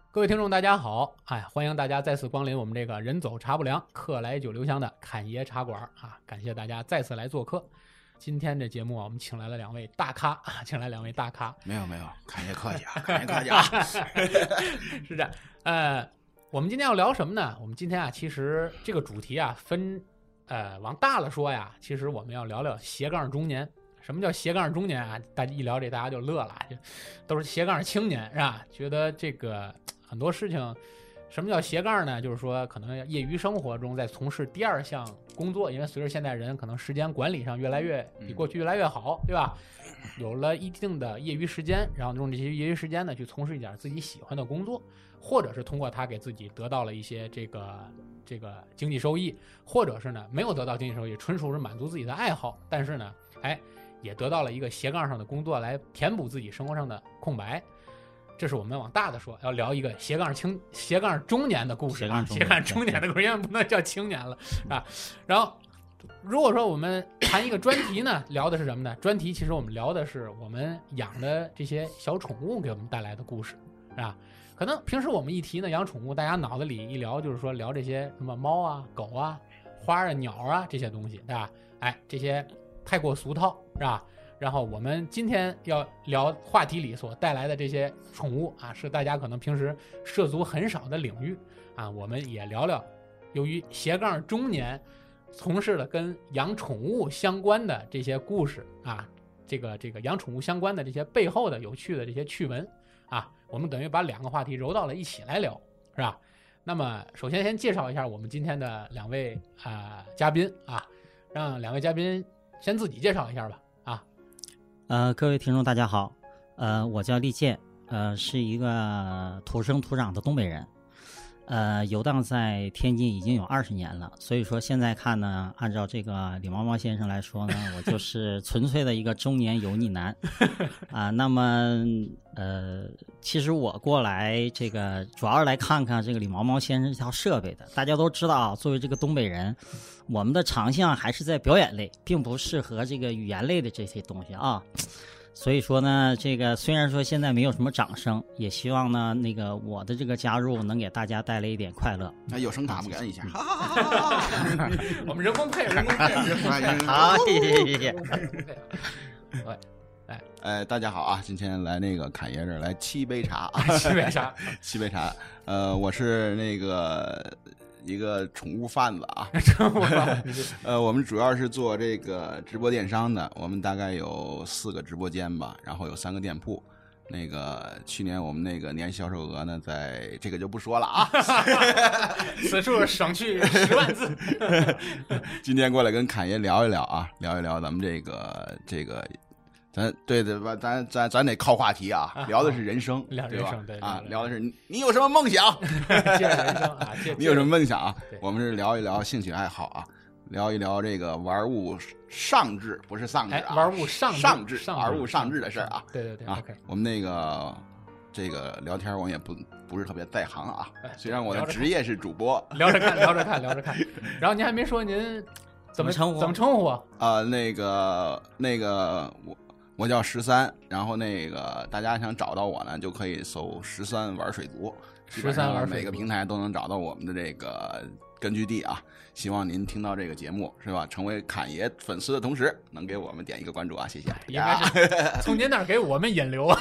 各位听众大家好，欢迎大家再次光临我们这个人走茶不凉，客来酒留香的侃爷茶馆啊！感谢大家再次来做客。今天这节目我们请来了两位大咖啊，没有， 侃爷客气啊，侃爷客气啊， 是这样。我们今天要聊什么呢？我们今天啊，其实这个主题啊分往大了说呀，其实我们要聊聊斜杠中年。什么叫斜杠中年啊？大家一聊这大家就乐了，就都是斜杠青年是吧？觉得这个很多事情，什么叫斜杠呢？就是说可能业余生活中在从事第二项工作，因为随着现代人可能时间管理上比过去越来越好，对吧？有了一定的业余时间，然后用这些业余时间呢去从事一点自己喜欢的工作，或者是通过它给自己得到了一些这个经济收益，或者是呢没有得到经济收益，纯属是满足自己的爱好，但是呢，也得到了一个斜杠上的工作来填补自己生活上的空白。这是我们往大的说，要聊一个斜杠中年的故事啊，斜杠中年的故事，因为不能叫青年了啊。然后，如果说我们谈一个专题呢，聊的是什么呢？专题其实我们聊的是我们养的这些小宠物给我们带来的故事，是吧？可能平时我们一提呢养宠物，大家脑子里一聊就是说聊这些什么猫啊、狗啊、花啊、鸟啊这些东西，对吧？这些太过俗套，是吧？然后我们今天要聊话题里所带来的这些宠物啊，是大家可能平时涉足很少的领域啊。我们也聊聊由于斜杠中年从事了跟养宠物相关的这些故事啊，这个养宠物相关的这些背后的有趣的这些趣闻啊，我们等于把两个话题揉到了一起来聊，是吧？那么首先介绍一下我们今天的两位嘉宾啊，让两位嘉宾先自己介绍一下吧。 各位听众大家好，我叫厉健，是一个土生土长的东北人，游荡在天津已经有20年了，所以说现在看呢，按照这个李毛毛先生来说呢，我就是纯粹的一个中年油腻男啊。那么其实我过来这个主要是来看看这个李毛毛先生这套设备的。大家都知道，作为这个东北人，我们的长项还是在表演类，并不适合这个语言类的这些东西啊。所以说呢，这个虽然说现在没有什么掌声，也希望呢，我的这个加入能给大家带来一点快乐。 那有声卡不给摁一下？ 我们人工配， 好，谢谢。 大家好啊！今天来那个侃爷这儿来沏杯茶啊，沏杯茶。我是一个宠物贩子啊，我们主要是做这个直播电商的，我们大概有4个直播间吧，然后有3个店铺。去年我们年销售额呢，在这个就不说了啊， 此处省去10万字。 今天过来跟侃爷聊一聊啊，聊一聊咱们这个。咱得靠话题啊，聊的是人生，对吧？聊的是你有什么梦想？你有什么梦想啊？我们是聊一聊兴趣爱好啊，聊一聊这个玩物丧志，不是丧志啊， 玩物丧志， 玩物丧志的事儿啊。 对啊， 我们这个聊天我们也不是特别在行啊，虽然我的职业是主播， 聊着看。然后您还没说您怎么称呼啊？ 我叫13，然后大家想找到我呢，就可以搜13玩水族，13玩每个平台都能找到我们的这个根据地啊。希望您听到这个节目是吧，成为侃爷粉丝的同时，能给我们点一个关注啊，谢谢。 应该是从您那儿给我们引流啊。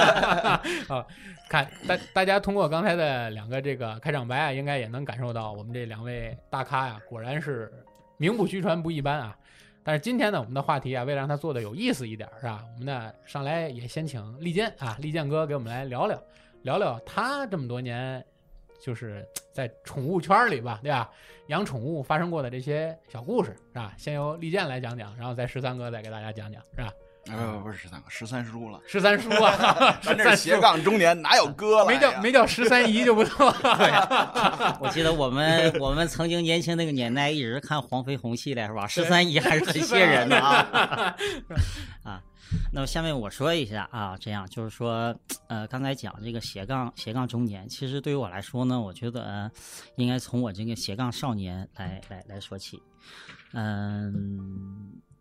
看大家通过刚才的2个这个开场白啊，应该也能感受到我们这2位大咖呀，果然是名不虚传不一般啊。但是今天呢，我们的话题啊，为了让它做的有意思一点，是吧？我们呢上来也先请厉健啊，厉健哥给我们来聊聊他这么多年，就是在宠物圈里吧，对吧？养宠物发生过的这些小故事，是吧？先由厉健来讲讲，然后再13哥再给大家讲讲，是吧？ 不是13哥，13叔了 ，13叔啊， 咱这斜杠中年哪有哥了？ 没叫13姨就不错。 我记得我们曾经年轻那个年代一直看黄飞鸿系列是吧？13姨还是很谢人的啊。啊，那么下面我说一下啊，这样就是说，刚才讲这个斜杠中年，其实对于我来说呢，我觉得应该从我这个斜杠少年来说起。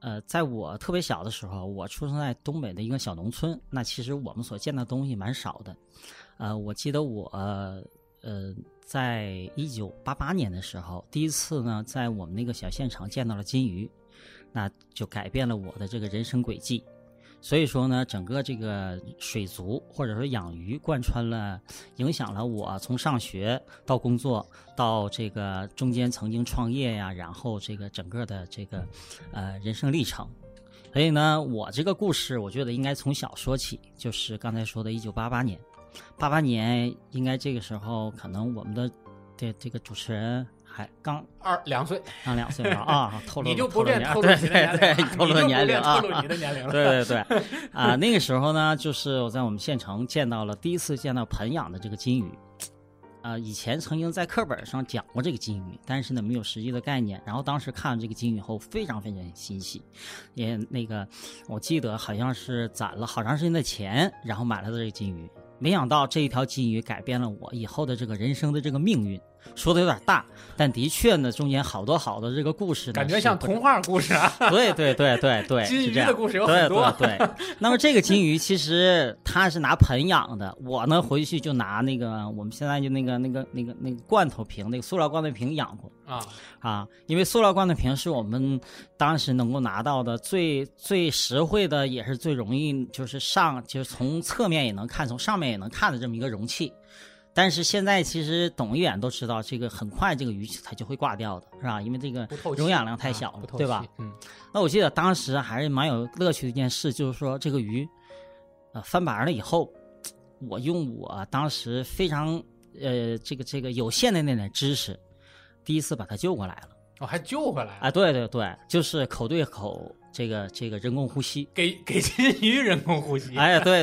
在我特别小的时候，我出生在东北的一个小农村，那其实我们所见到的东西蛮少的。我记得我在1988年的时候，第一次呢在我们那个小县城见到了金鱼，那就改变了我的这个人生轨迹。所以说呢，整个这个水族或者说养鱼贯穿了，影响了我从上学到工作到这个中间曾经创业呀，然后这个整个的这个人生历程。所以呢，我这个故事我觉得应该从小说起，就是刚才说的1988年，88年应该这个时候可能我们的这个主持人还刚 2岁， 刚2岁啊，透露你就不便透露你的年龄， 对，透露年龄啊， 透露你的年龄了， 对啊，那个时候呢，就是我在我们县城第一次见到盆养的这个金鱼，以前曾经在课本上讲过这个金鱼，但是呢没有实际的概念。然后当时看了这个金鱼后，非常非常欣喜，也那个我记得好像是攒了好长时间的钱，然后买了这个金鱼。没想到这一条金鱼改变了我以后的这个人生的这个命运，说的有点大，但的确呢，中间好多这个故事呢， 感觉像童话故事啊。 对， 金鱼的故事有很多。 对。那么这个金鱼其实它是拿盆养的，我呢回去就拿那个我们现在就那个罐头瓶，那个塑料罐头瓶养过因为塑料罐头瓶是我们当时能够拿到的最实惠的，也是最容易就是从侧面也能看，从上面也能看的这么一个容器。但是现在其实懂一点都知道，这个很快这个鱼它就会挂掉的，是吧？因为这个容氧量太小了，对吧？那我记得当时还是蛮有乐趣的一件事，就是说这个鱼翻白了以后，我用我当时非常这个有限的那点知识，第一次把它救过来了。 还救回来啊？对，就是口对口这个人工呼吸， 给金鱼人工呼吸。 哎，对，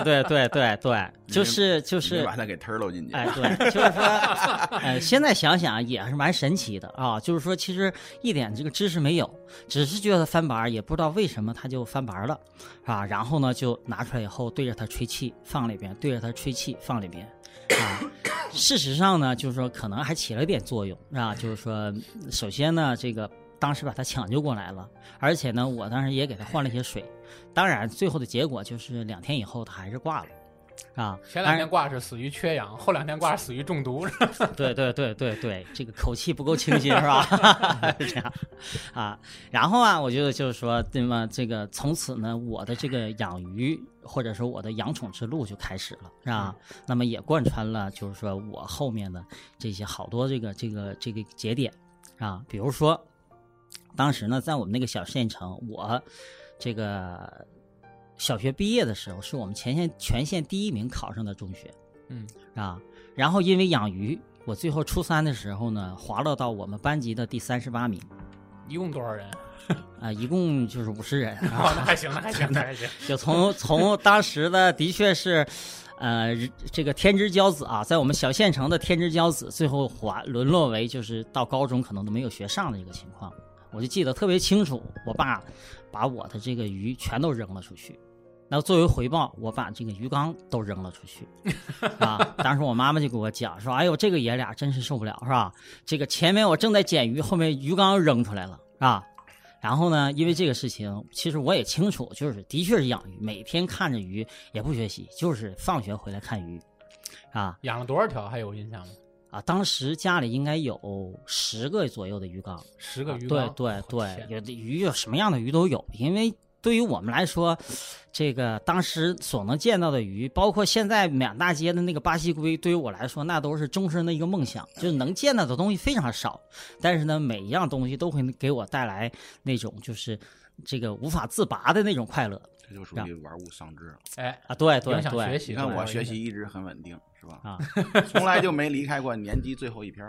就是把它给turlo进去。 哎，对，就是说，现在想想也是蛮神奇的啊。就是说，其实一点这个知识没有，只是觉得翻白，也不知道为什么它就翻白了，啊。然后呢，就拿出来以后对着它吹气放里边，对着它吹气放里边，啊。事实上呢，就是说可能还起了点作用，啊。就是说，首先呢，这个当时把它抢救过来了，而且呢，我当时也给它换了些水。当然，最后的结果就是2天以后它还是挂了。啊， 前2天挂是死于缺氧，后2天挂是死于中毒。 对，这个口气不够清新是吧？是这样啊。然后啊，我觉得就是说，那么这个从此呢，我的这个养鱼或者说我的养宠之路就开始了，是吧？那么也贯穿了，就是说我后面的这些好多这个节点啊，比如说当时呢，在我们那个小县城，我这个小学毕业的时候，是我们全县第1名考上的中学，然后因为养鱼，我最后初3的时候呢，滑落到我们班级的第38名。 一共多少人？ 一共就是50人。 那还行。 就从当时的确是，这个天之骄子啊，在我们小县城的天之骄子，最后沦落为就是到高中可能都没有学上的这个情况。我就记得特别清楚，我爸把我的这个鱼全都扔了出去，那作为回报，我把这个鱼缸都扔了出去啊！当时我妈妈就给我讲说：“哎呦，这个爷俩真是受不了，是吧？这个前面我正在捡鱼，后面鱼缸扔出来了，是吧？”然后呢，因为这个事情，其实我也清楚，就是的确是养鱼，每天看着鱼也不学习，就是放学回来看鱼，啊。 养了多少条？还有印象吗？ 当时家里应该有10个左右的鱼缸 ，10个鱼缸。 对，有的鱼有什么样的鱼都有，因为对于我们来说，这个当时所能见到的鱼，包括现在满大街的那个巴西龟，对于我来说那都是终身的一个梦想，就是能见到的东西非常少，但是呢，每一样东西都会给我带来那种就是这个无法自拔的那种快乐。 这就属于玩物丧志了。 对， 影响学习。 你看我学习一直很稳定，是吧？从来就没离开过年级最后一篇。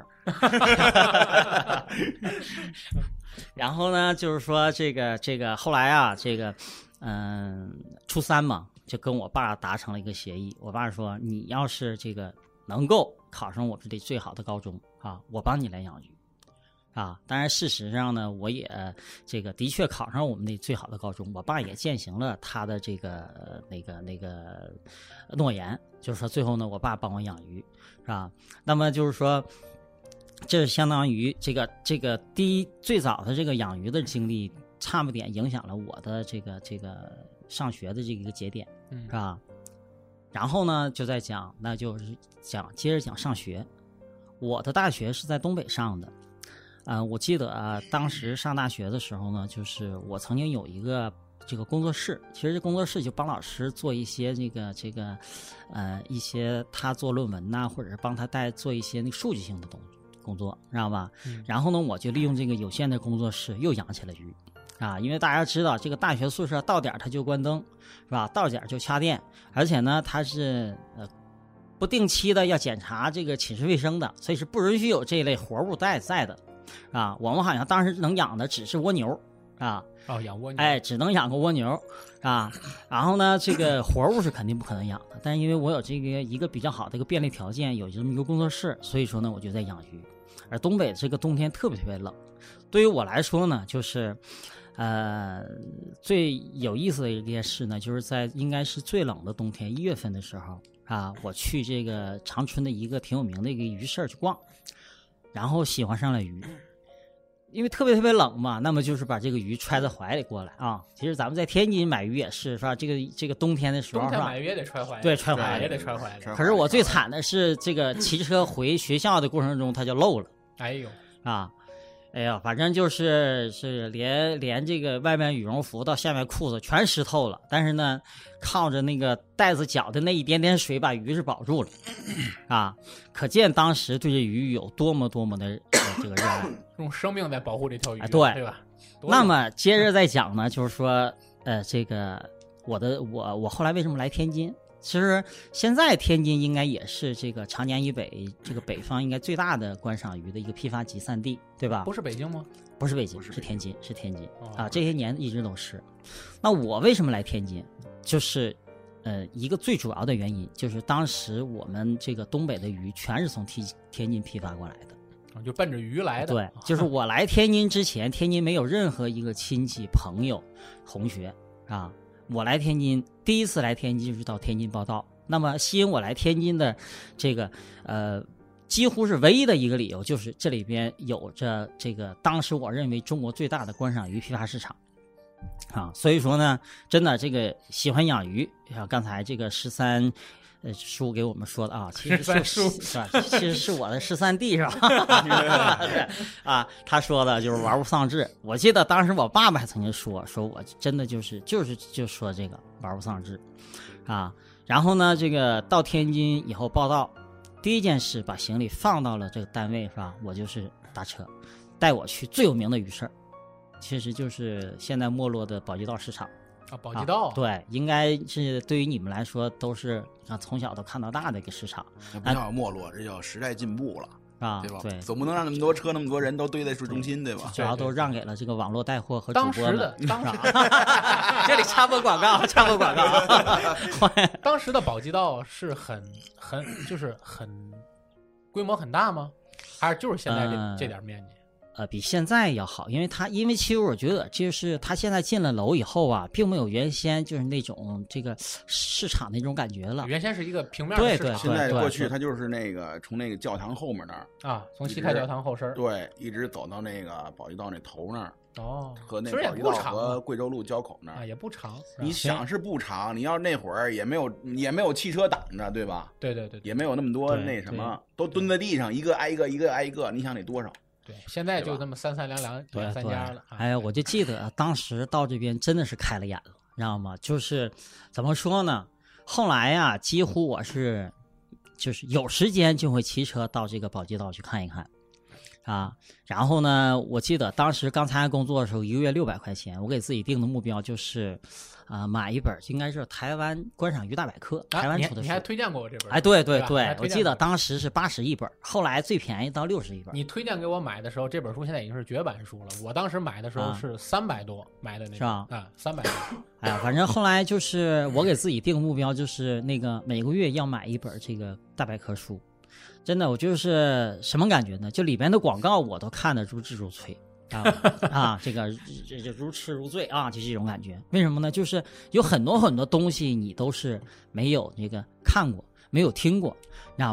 然后呢，就是说这个后来啊，这个初3嘛，就跟我爸达成了一个协议。我爸说，你要是这个能够考上我们这里最好的高中啊，我帮你来养鱼。当然事实上呢，我也这个的确考上我们那最好的高中，我爸也践行了他的这个那个诺言，就是说最后呢，我爸帮我养鱼，是吧？那么就是说，这是相当于这个最早的这个养鱼的经历， 差不点影响了我的这个上学的这个节点，是吧？然后呢，就在讲，那就是接着讲上学。我的大学是在东北上的，我记得当时上大学的时候呢，就是我曾经有一个这个工作室，其实这工作室就帮老师做一些一些他做论文呐，或者是帮他做一些那个数据性的工作，知道吧？然后呢，我就利用这个有限的工作室又养起了鱼。因为大家知道这个大学宿舍到点它就关灯，是吧？到点就掐电，而且呢，它是不定期的要检查这个寝室卫生的，所以是不允许有这类活物在的，我们好像当时能养的只是蜗牛， 养蜗牛， 只能养个蜗牛，然后呢，这个活物是肯定不可能养的，但是因为我有这个一个比较好的一个便利条件，有这么一个工作室，所以说呢，我就在养鱼。而东北这个冬天特别冷，对于我来说呢，就是最有意思的一件事呢，就是在应该是最冷的冬天1月份的时候我去这个长春的一个挺有名的一个鱼市去逛，然后喜欢上了鱼，因为特别冷嘛，那么就是把这个鱼揣在怀里过来其实咱们在天津买鱼也是吧？这个冬天的时候， 冬天买鱼也得揣怀里， 对，揣怀里也得揣怀里。 可是我最惨的是这个骑车回学校的过程中，它就漏了。哎呀，反正是连这个外面羽绒服到下面裤子全湿透了，但是呢，靠着那个袋子搅的那一点点水把鱼是保住了可见当时对这鱼有多么的这个热爱， 用生命在保护这条鱼， 对吧？ 那么接着再讲呢，就是说这个我后来为什么来天津？其实现在天津应该也是这个长江以北这个北方应该最大的观赏鱼的一个批发集散地，对吧？ 不是北京吗？ 不是北京，是天津，这些年一直都是。那我为什么来天津？就是一个最主要的原因就是当时我们这个东北的鱼全是从天津批发过来的， 就奔着鱼来的。 对，就是我来天津之前，天津没有任何一个亲戚、朋友、同学我来天津第一次来天津就是到天津报道，那么吸引我来天津的这个几乎是唯一的一个理由，就是这里边有着这个当时我认为中国最大的观赏鱼批发市场所以说呢，真的这个喜欢养鱼刚才这个13叔给我们说的其实是吧？其实是我的13弟是吧？他说的就是玩物丧志。我记得当时我爸爸还曾经说我真的就说这个玩物丧志然后呢，这个到天津以后报道，第一件事把行李放到了这个单位是吧？我就是打车带我去最有名的鱼市，其实就是现在没落的宝鸡道市场。 宝鸡道对，应该是对于你们来说都是从小都看到大的一个市场。 那不叫没落，这叫时代进步了对吧？ 对， 总不能让那么多车那么多人都堆在市中心对吧？ 主要都让给了这个网络带货和主播们。 当时这里插播广告当时的宝鸡道是很规模很大吗？还是就是现在这点面积？ 比现在要好，因为其实我觉得就是他现在进了楼以后并没有原先就是那种这个市场那种感觉了。 原先是一个平面的市场， 对， 现在过去它就是那个从那个教堂后面那儿从西开教堂后身对，一直走到那个宝鸡道那头那儿和那宝鸡道和贵州路交口那儿也不长。 你想是不长，你要那会儿也没有汽车挡着，对吧？ 对， 也没有那么多那什么，都蹲在地上，一个挨一个，你想得多少？ 对，现在就那么三两三家了。 哎呀，我就记得当时到这边真的是开了眼了，知道吗？就是怎么说呢？后来几乎我是就是有时间就会骑车到这个宝鸡道去看一看然后呢，我记得当时刚参加工作的时候，1个月600块钱，我给自己定的目标就是买一本应该是台湾观赏鱼大百科，台湾出的书。 你还推荐过我这本？ 对，我记得当时是80一本，后来最便宜到60一本。 你推荐给我买的时候，这本书现在已经是绝版书了。我当时买的时候是300多买的那个， 是吧 ？300多。 哎呀，反正后来就是我给自己定目标，就是那个每个月要买一本这个大百科书。真的，我就是什么感觉呢？就里边的广告我都看得如痴如醉这个如痴如醉就是这种感觉。为什么呢？就是有很多东西你都是没有那个看过，没有听过，知道吗？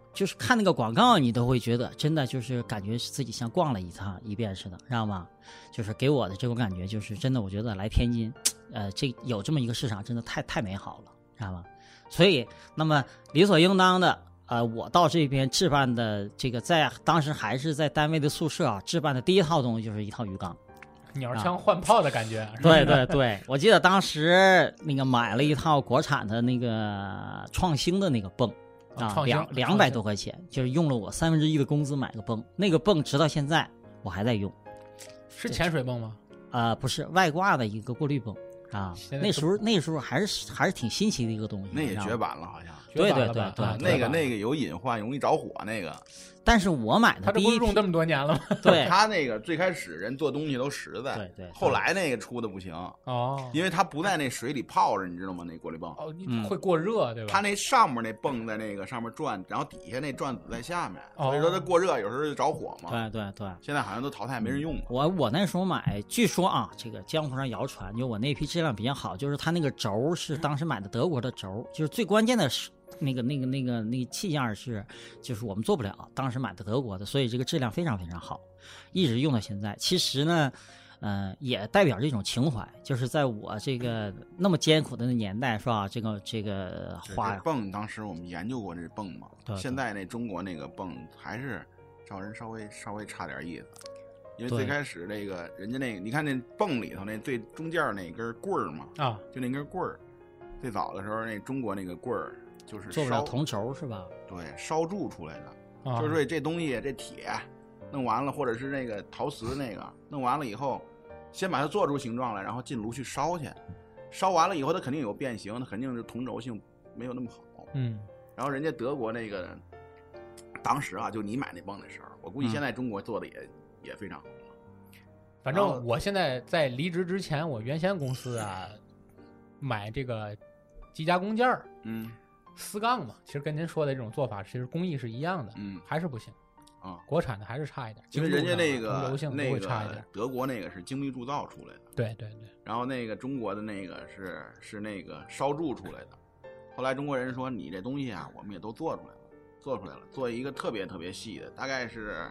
就是看那个广告，你都会觉得真的就是感觉自己像逛了一遍似的，知道吗？就是给我的这种感觉，就是真的，我觉得来天津，这有这么一个市场，真的太美好了，知道吗？所以，那么理所应当的，我到这边置办的这个，在当时还是在单位的宿舍啊，置办的第一套东西就是一套鱼缸， 鸟枪换炮的感觉。 对对对，我记得当时那个买了一套国产的那个创新的那个泵。200多块钱，就是用了我1/3的工资买个泵，那个泵直到现在我还在用。 是潜水泵吗？不是，外挂的一个过滤泵啊。那时候还是挺新奇的一个东西。 那也绝版了，好像。 对， 那个有隐患，容易着火那个。 但是我买的第一批， 他这不用这么多年了吗？ 对， 他那个最开始人做东西都实在， 对， 后来那个出的不行哦， 因为他不在那水里泡着，你知道吗？那过滤泵会过热，对吧？ 他那上面那泵在那个上面转，然后底下那转子在下面，所以说它过热，有时候就着火嘛。 对。 现在好像都淘汰，没人用了。 我那时候买，据说啊，这个江湖上谣传，就我那批质量比较好，就是它那个轴是当时买的德国的轴，就是最关键的是。那个气件是，就是我们做不了，当时买的德国的，所以这个质量非常非常好，一直用到现在。其实呢，也代表这种情怀，就是在我这个那么艰苦的年代，是吧？这个花泵，当时我们研究过这泵嘛，现在那中国那个泵还是找人稍微差点意思，因为最开始那个人家那个，你看那泵里头那最中间那根棍儿嘛，就那根棍儿，最早的时候那中国那个棍儿。就是做不了铜轴是吧？ 对，烧铸出来的，就是说这东西这铁弄完了，或者是那个陶瓷那个弄完了以后，先把它做出形状来，然后进炉去烧去，烧完了以后它肯定有变形，它肯定是铜轴性没有那么好。然后人家德国那个当时啊，就你买那泵的时候，我估计现在中国做的也非常好了。 反正我现在在离职之前，我原先公司啊买这个机加工件儿，4杠嘛，其实跟您说的这种做法，其实工艺是一样的，还是不行啊， 国产的还是差一点， 因为人家那个柔性都会差一点。 德国那个是精密铸造出来的， 对， 然后那个中国的那个是那个烧铸出来的。后来中国人说你这东西啊，我们也都做出来了，做一个特别特别细的，大概是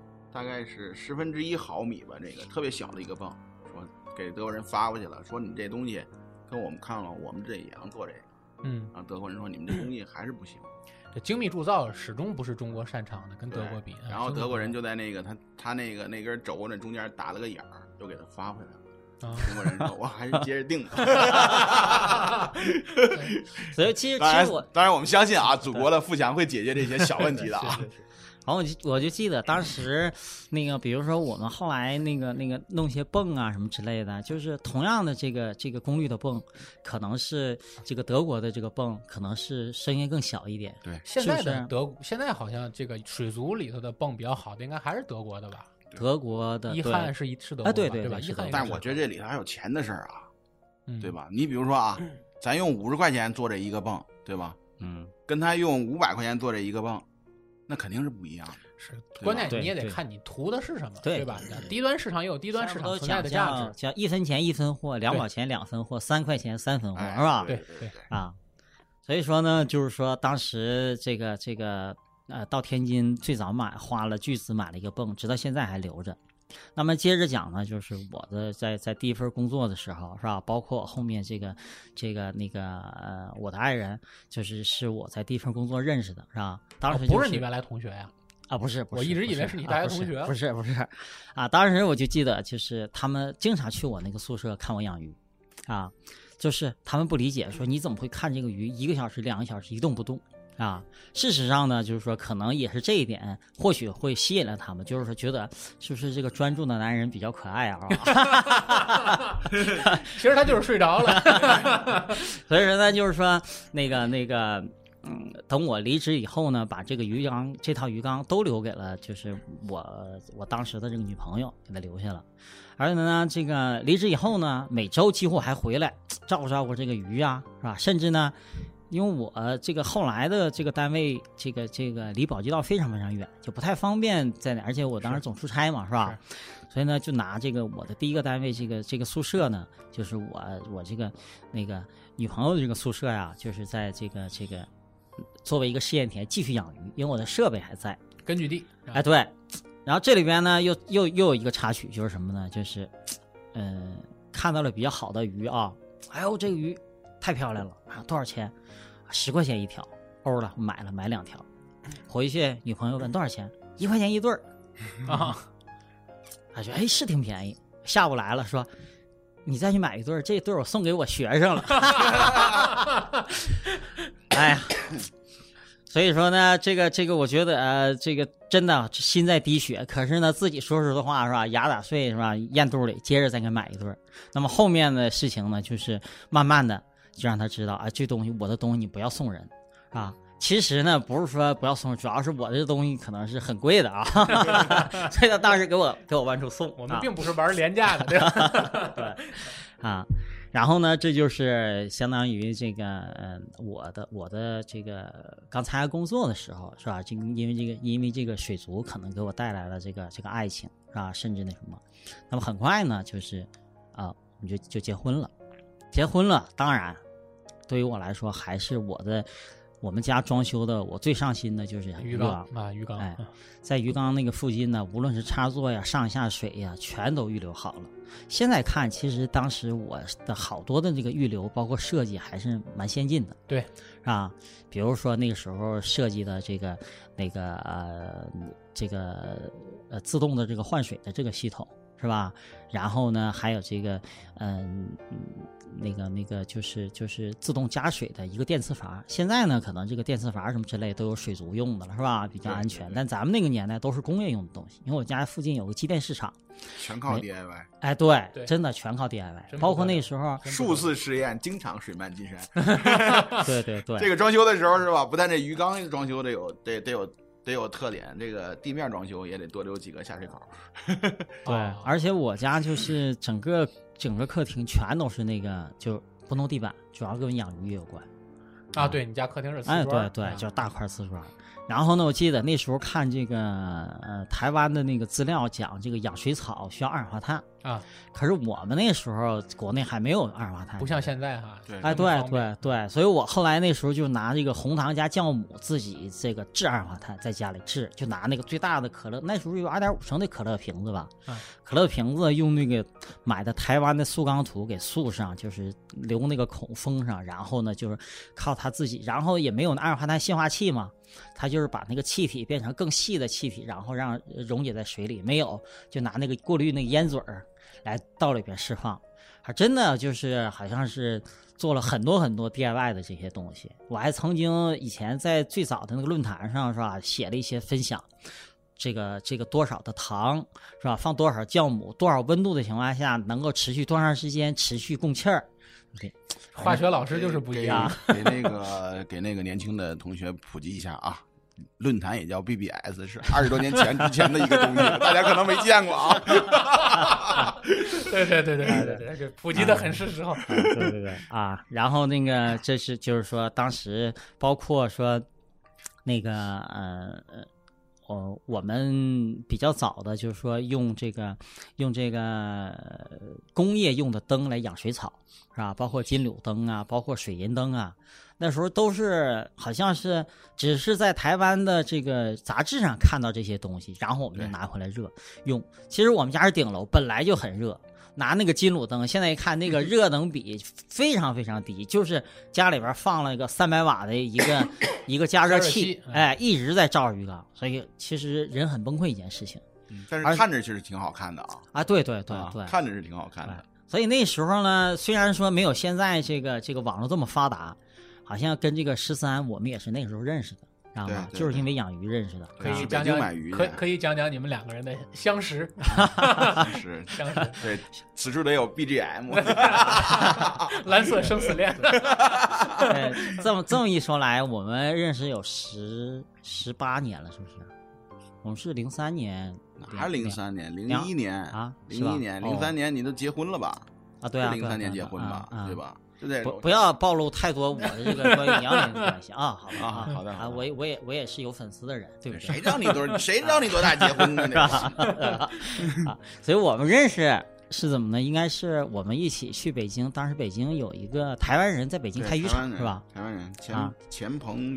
1/10毫米吧，这个特别小的一个泵，说给德国人发过去了，说你这东西跟我们看了，我们这也能做这个。然后德国人说你们这工艺还是不行， 这精密铸造始终不是中国擅长的，跟德国比。 然后德国人就在那个他那根轴那中间打了个眼儿，又给他发回来了。中国人说我还是接着定的。 所以其实当然我们相信啊，祖国的富强会解决这些小问题的啊。 然后我就记得当时那个，比如说我们后来那个弄些泵啊什么之类的，就是同样的这个功率的泵，可能是这个德国的这个泵可能是声音更小一点。 对， 现在的现在好像这个水族里头的泵比较好的，应该还是德国的吧？ 德国的一汉是德国对吧？一汉， 但是我觉得这里头还有钱的事儿啊，对吧？你比如说啊，咱用50块钱做这一个泵，对吧？跟他用500块钱做这一个泵，那肯定是不一样的。 是，关键你也得看你图的是什么，对吧？低端市场也有低端市场存在的价值， 叫1分钱1分货，2毛钱2分货，3块钱3分货，是吧？ 对啊，所以说呢，就是说当时这个到天津最早花了巨资买了一个泵，直到现在还留着。那么接着讲呢，就是我的在第一份工作的时候，是吧？包括我后面我的爱人，是我在第一份工作认识的，是吧？当时不是你原来同学呀？ 不是， 我一直以为是你大学同学。 不是，啊，当时我就记得，就是他们经常去我那个宿舍看我养鱼，啊，就是他们不理解，说你怎么会看这个鱼1个小时2个小时一动不动啊？事实上呢，就是说可能也是这一点，或许会吸引了他们，就是说觉得是不是这个专注的男人比较可爱啊？ 其实他就是睡着了。 所以说呢，就是说那个。等我离职以后呢，把这个这套鱼缸都留给了，就是我当时的这个女朋友，给她留下了。而且呢，这个离职以后呢，每周几乎还回来照顾这个鱼啊，是吧？甚至呢，因为我这个后来的这个单位，这个离宝鸡道非常非常远，就不太方便在那，而且我当时总出差嘛，是吧？所以呢，就拿这个我的第一个单位这个宿舍呢，就是我这个那个女朋友的这个宿舍呀，就是在这个作为一个试验田继续养鱼，因为我的设备还在根据地。 哎，对。然后这里边呢又有一个插曲，就是什么呢？就是看到了比较好的鱼啊，哎呦这个鱼太漂亮了啊，多少钱？10块钱一条，欧了，买2条。回去女朋友问多少钱？1块钱一对儿啊。他说哎是挺便宜。下午来了说你再去买一对儿，这对儿我送给我学生了。哎呀，所以说呢，这个我觉得这个真的心在滴血，可是呢自己说实的话是吧，牙打碎是吧，咽肚里，接着再给买一对儿。那么后面的事情呢，就是慢慢的就让他知道啊，这东西我的东西你不要送人啊。其实呢，不是说不要送，主要是我这东西可能是很贵的啊，所以他当时给我往出送。 我们并不是玩廉价的，对吧？ 对啊，然后呢，这就是相当于这个我的这个刚参加工作的时候是吧？因为这个水族可能给我带来了这个爱情是吧？甚至那什么，那么很快呢，就是我们就结婚了，当然对于我来说还是我们家装修的，我最上心的就是鱼缸啊，鱼缸。 哎，在鱼缸那个附近呢，无论是插座呀、上下水呀，全都预留好了。现在看，其实当时我的好多的这个预留，包括设计还是蛮先进的。 对， 啊，比如说那个时候设计的自动的这个换水的这个系统。是吧？然后呢，还有这个，那个就是自动加水的一个电磁阀。现在呢，可能这个电磁阀什么之类都有水族用的了，是吧？比较安全。但咱们那个年代都是工业用的东西，因为我家附近有个机电市场， 全靠 DIY。 哎，对，真的全靠 DIY。包括那时候数次试验，经常水漫金山。 对， 这个装修的时候是吧？不但这鱼缸装修得有特点，这个地面装修也得多留几个下水口。 对，而且我家就是整个客厅全都是那个就不弄地板，主要跟养鱼有关。 啊，对，你家客厅是瓷砖。 哎，对，就大块瓷砖。然后呢，我记得那时候看这个台湾的那个资料，讲这个养水草需要二氧化碳啊。 可是我们那时候国内还没有二氧化碳， 不像现在哈。 对， 哎，对，所以我后来那时候就拿这个红糖加酵母自己这个制二氧化碳，在家里制，就拿那个最大的可乐，那时候有2.5升的可乐瓶子吧，可乐瓶子用那个买的台湾的塑钢土给塑上，就是留那个孔封上，然后呢就是靠它自己，然后也没有二氧化碳净化器嘛。它就是把那个气体变成更细的气体，然后让溶解在水里，没有就拿那个过滤那个烟嘴儿来到里边释放。还真的就是好像是做了很多 DIY 的这些东西。我还曾经以前在最早的那个论坛上是吧，写了一些分享，这个多少的糖是吧，放多少酵母，多少温度的情况下能够持续多长时间持续供气儿。对， 化学老师就是不一样。 给那个年轻的同学普及一下啊，论坛也叫 BBS， 是20多年之前的一个东西，大家可能没见过啊。 对，这普及的很是时候。 对啊，然后那个就是说当时包括说那个我们比较早的就是说用这个工业用的灯来养水草，是吧？包括金柳灯啊，包括水银灯啊，那时候都是好像是只是在台湾的这个杂志上看到这些东西，然后我们就拿回来热用。其实我们家是顶楼，本来就很热。拿那个金柳灯，现在一看那个热能比非常非常低，就是家里边放了一个300瓦的一个加热器，哎，一直在照着鱼缸，所以其实人很崩溃一件事情。 但是看着其实挺好看的啊。 啊，对， 看着是挺好看的。 所以那时候呢，虽然说没有现在这个网络这么发达，好像跟这个13我们也是那个时候认识的。 对， 就是因为养鱼认识的。 可以讲讲你们2个人的相识。相识。 对，此处得有 BGM。 蓝色生死恋。 这么一说来，我们认识有18年了，是不是？我们是03年， 还是03年？01年啊 ？01年，03年你都结婚了吧？ 啊，对啊 ，03年结婚吧，对吧？ 不要暴露太多我的这个关于年龄的关系啊！ 好的啊， 我也是有粉丝的人，对不对？ 谁让你多大结婚的呢？ 所以我们认识是怎么呢？应该是我们一起去北京，当时北京有一个台湾人在北京开渔场，是吧？ 台湾人钱鹏宇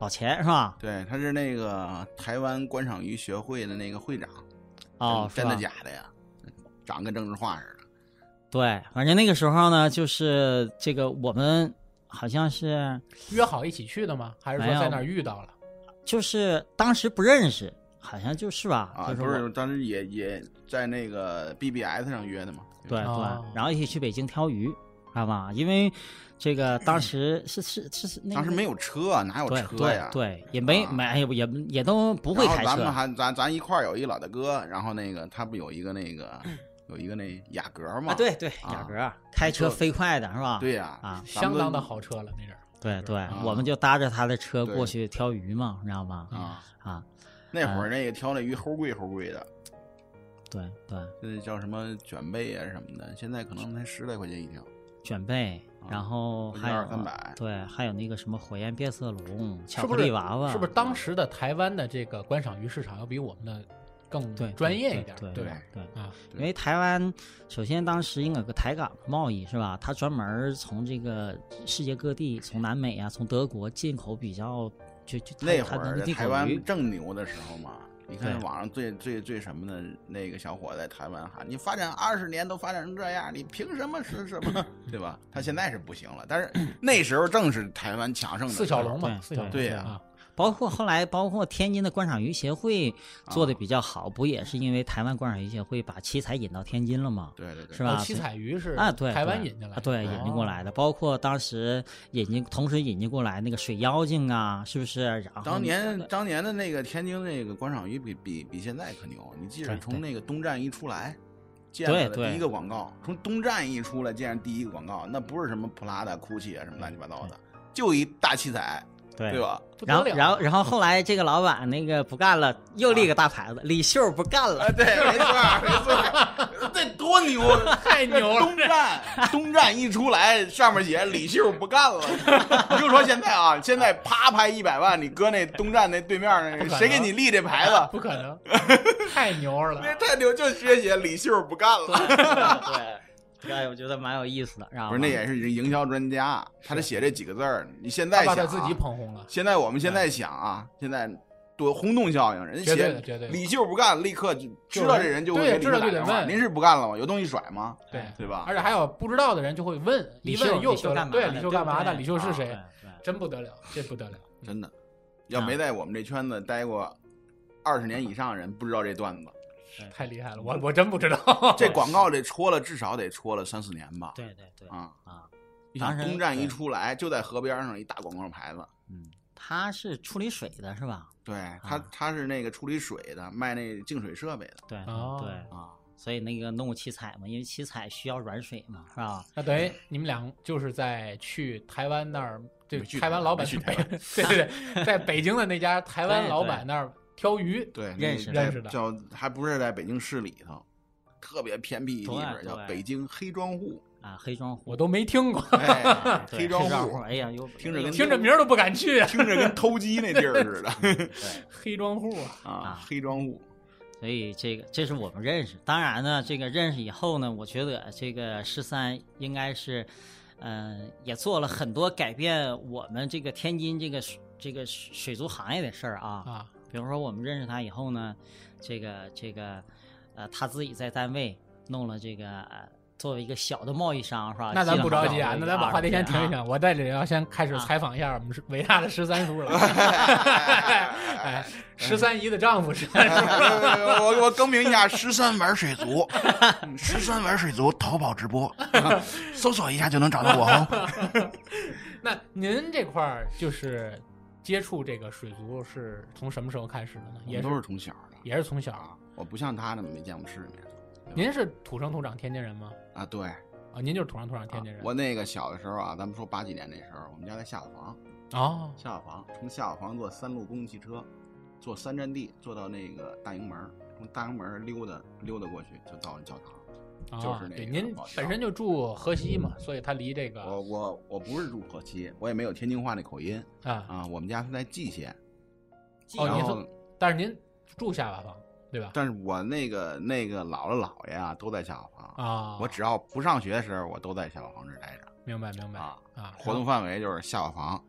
老钱是吧？ 对，他是那个台湾观赏鱼学会的那个会长。 哦， 真的假的呀？长跟政治化似的。 对，反正那个时候呢，就是这个我们好像是约好一起去的吗？还是说在那儿遇到了？ 就是当时不认识，好像就是吧。 啊， 就是不是，当时也在那个 BBS 上约的嘛。 对对， 哦然后一起去北京挑鱼，知道吧？因为这个当时是那个， 当时没有车，哪有车呀？ 对，也没也都不会开车。 咱们还咱一块儿有一老大哥，然后那个他不有一个那雅阁嘛？ 对对，雅阁开车飞快的是吧？ 对呀， 相当的豪车了那阵儿。 对对，我们就搭着他的车过去挑鱼嘛，知道吗？ 那会儿那个挑那鱼齁贵的。 对对， 这叫什么卷贝啊什么的，现在可能才10来块钱一条。 卷贝，然后还有 200-300， 对，还有那个什么火焰变色龙、巧克力娃娃， 是不是当时的台湾的这个观赏鱼市场要比我们的更专业一点？ 对吧？ 对啊， 因为台湾首先当时应该有个台港的贸易是吧？它专门从这个世界各地，从南美啊，从德国进口比较就那会儿台湾正牛的时候嘛。你看网上最什么的那个小伙在台湾喊你发展20年都发展成这样，你凭什么是什么？对吧？他现在是不行了，但是那时候正是台湾强盛的四小龙嘛， 对呀。 包括天津的观赏鱼协会做的比较好，不也是因为台湾观赏鱼协会把七彩引到天津了吗？ 对对对， 是吧？ 七彩鱼是对台湾引进来的， 对，引进过来的。包括当时同时引进过来那个水妖精啊，是不是？然后当年的那个天津那个观赏鱼比现在可牛。你记着，从那个东站一出来，见了第一个广告，从东站一出来见上第一个广告，那不是什么普拉达、GUCCI啊什么乱七八糟的，就一大七彩。对吧？ 然后后来这个老板那个不干了，又立个大牌子，李秀不干了。 对，没错，这多牛， 太牛了！ 东站一出来，上面写李秀不干了。你就说现在啊，现在啪拍100万，你搁那东站那对面那谁给你立这牌子？ 不可能，太牛了！ 太牛，就写李秀不干了。 对。这我觉得蛮有意思的， 不是？那也是营销专家，他得写这几个字儿。你现在想， 把他自己捧红了。 我们现在想啊，现在多轰动效应，人家写李秀不干，立刻就知道这人就会给你打电话。您是不干了吗？有东西甩吗？对吧？ 而且还有不知道的人就会问， 李秀干嘛？ 对，李秀干嘛的？李秀是谁？真不得了，这不得了， 真的。要没在我们这圈子待过20年以上的人，不知道这段子。 太厉害了，我真不知道。 这广告至少得戳了3-4年吧。 对你想东站一出来，就在河边上一大广告牌子。 他是处理水的是吧？ 对，他是那个处理水的，卖那净水设备的。 对所以那个弄七彩嘛，因为七彩需要软水嘛，是吧？ 那等于你们俩就是在去台湾那儿，对，台湾老板对，在北京的那家台湾老板那儿。挑鱼， 对， 认识的， 叫还不是在北京市里头，特别偏僻一地方，叫北京黑庄户啊，黑庄户我都没听过。 黑庄户， 哎呀， 听着名儿都不敢去啊， 听着跟偷鸡那地儿似的。 黑庄户黑庄户。 所以这是我们认识。当然呢，这个认识以后呢，我觉得这个13应该是，也做了很多改变我们这个天津这个水族行业的事儿啊。比如说我们认识他以后呢，他自己在单位弄了这个作为一个小的贸易商是吧？ 那咱不着急啊，那咱把话题先停一停。我在这里要先开始采访一下我们伟大的13叔了。13姨的丈夫13叔。 我更名一下13玩水族，13玩水族淘宝直播，搜索一下就能找到我哦。 那您这块儿就是接触这个水族是从什么时候开始的呢？也都是从小的， 也是从小。 我不像他那么没见过世面。 您是土生土长天津人吗？ 啊，对。 您就是土生土长天津人。 我那个小的时候啊，咱们说80几年那时候，我们家在下瓦房。下瓦房，从下瓦房坐3路公共汽车，坐3站地，坐到那个大营门，从大营门溜达过去，就到教堂。就是那个。 对，您本身就住河西嘛，所以他离这个。 我不是住河西，我也没有天津话那口音我们家是在蓟县。 但是您住下瓦房。对吧？ 但是我那个姥姥姥爷啊，都在下瓦房我只要不上学的时候，我都在下瓦房这待着。 明白活动范围就是下瓦房，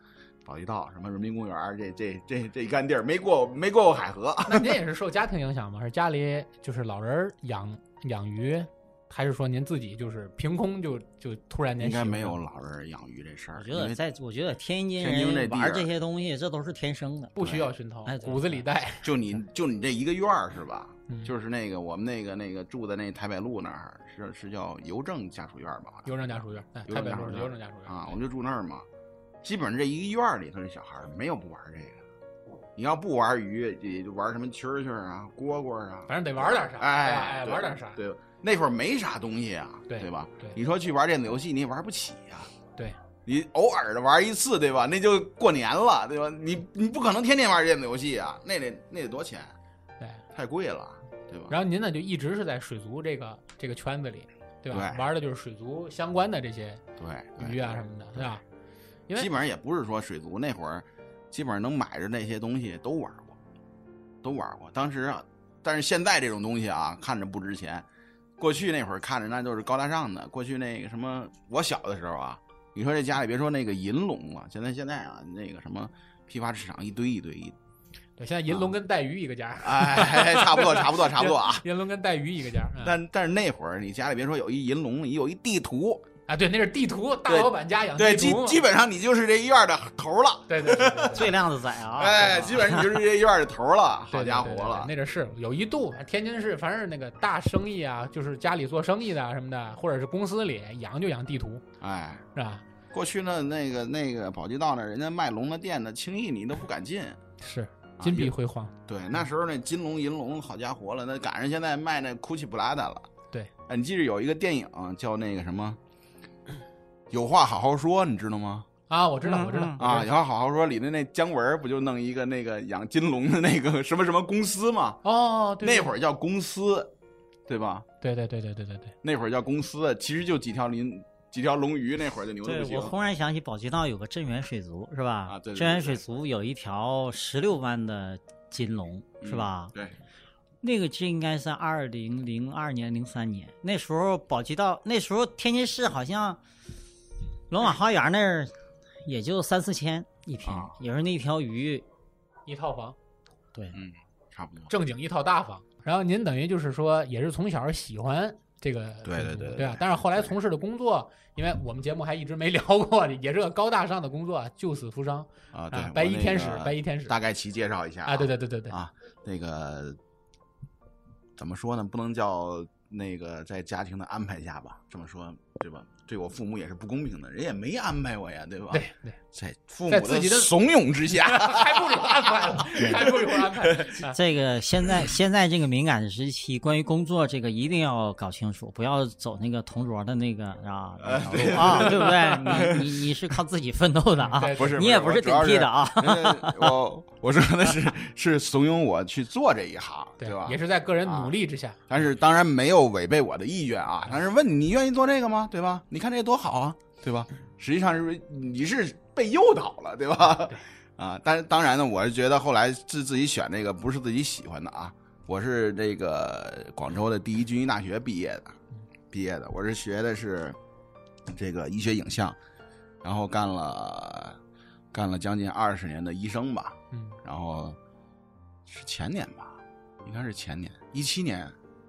宝鸡道什么人民公园，这一干地儿没过过海河。 那您也是受家庭影响吗？是家里就是老人养鱼，还是说您自己就是凭空就突然间？ 应该没有老人养鱼这事儿。 我觉得天津人玩这些东西，这都是天生的， 不需要熏陶，骨子里带。 就你这一个院儿是吧？就是那个我们那个住的那台北路那儿是叫邮政家属院吧？ 邮政家属院，台北路邮政家属院啊，我们就住那儿嘛。基本上这一个院里头的小孩没有不玩这个。你要不玩鱼，也就玩什么蛐蛐啊、蝈蝈啊， 反正得玩点啥。哎，玩点啥。 对，那会儿没啥东西啊，对吧？对，你说去玩电子游戏，你也玩不起呀。 对， 你偶尔的玩一次，对吧？那就过年了，对吧？你不可能天天玩电子游戏啊，那得多钱？ 对， 太贵了，对吧？ 然后您呢，就一直是在水族这个圈子里，对吧？ 对， 玩的就是水族相关的这些鱼啊什么的，对吧？因为基本上也不是说水族那会儿，基本上能买着那些东西都玩过。当时啊，但是现在这种东西啊，看着不值钱。过去那会儿看着那都是高大上的。过去那个什么，我小的时候啊，你说这家里别说那个银龙了，现在啊，那个什么批发市场一堆。 对，现在银龙跟带鱼一个价。 哎，差不多啊。 银龙跟带鱼一个价。 但是那会儿你家里别说有一银龙，你有一地图。 啊，对，那是地图，大老板家养地图。对，基本上你就是这院的头了。 对， 最靓的仔啊！ 哎，基本上你就是这院的头了。好家伙了， 那是有一度，天津市凡是那个大生意啊，就是家里做生意的什么的，或者是公司里养就养地图， 哎， 是吧？ 过去呢，那个宝鸡道那人家卖龙的店呢，轻易你都不敢进。 是金碧辉煌。 对，那时候那金龙银龙，好家伙了，那赶上现在卖那哭泣布拉达了。 对， 你记得有一个电影叫那个什么？有话好好说，你知道吗？ 啊，我知道啊，有话好好说里的那姜文不就弄一个那个养金龙的那个什么公司吗？ 哦，对， 那会儿叫公司，对吧？ 对， 那会儿叫公司，其实就几条龙鱼，那会儿就牛的不行。 我忽然想起宝鸡道有个镇远水族，是吧？ 啊，对， 镇远水族有一条16万的金龙，是吧？ 对。 那个就应该是2002年、03年，那时候宝鸡道，那时候天津市好像龙马花园那儿也就3-4千一平，也是那条鱼一套房。 对， 差不多， 正经一套大房。然后您等于就是说，也是从小喜欢这个，对吧？但是后来从事的工作，因为我们节目还一直没聊过，也是个高大上的工作，救死扶伤啊，对， 白衣天使， 大概其介绍一下啊，对啊，那个。怎么说呢？不能叫那个在家庭的安排下吧，这么说对吧？对我父母也是不公平的，人也没安排我呀，对吧？ 对， 在父母的怂恿之下， 还不如安排了，还不如安排。 这个现在这个敏感的时期，关于工作这个一定要搞清楚，不要走那个同桌的那个啊，对不对？你是靠自己奋斗的啊， 不是， 你也不是顶替的啊。 我说的是怂恿我去做这一行，对吧？ 也是在个人努力之下， 但是当然没有违背我的意愿啊。但是问你愿意做这个吗？对吧？你看这多好啊，对吧？实际上是你是被诱导了，对吧？啊，但是当然呢，我是觉得后来自己选这个不是自己喜欢的啊。我是这个广州的第一军医大学毕业的，我是学的是这个医学影像，然后干了将近20年的医生吧，然后是前年吧，应该是前年17年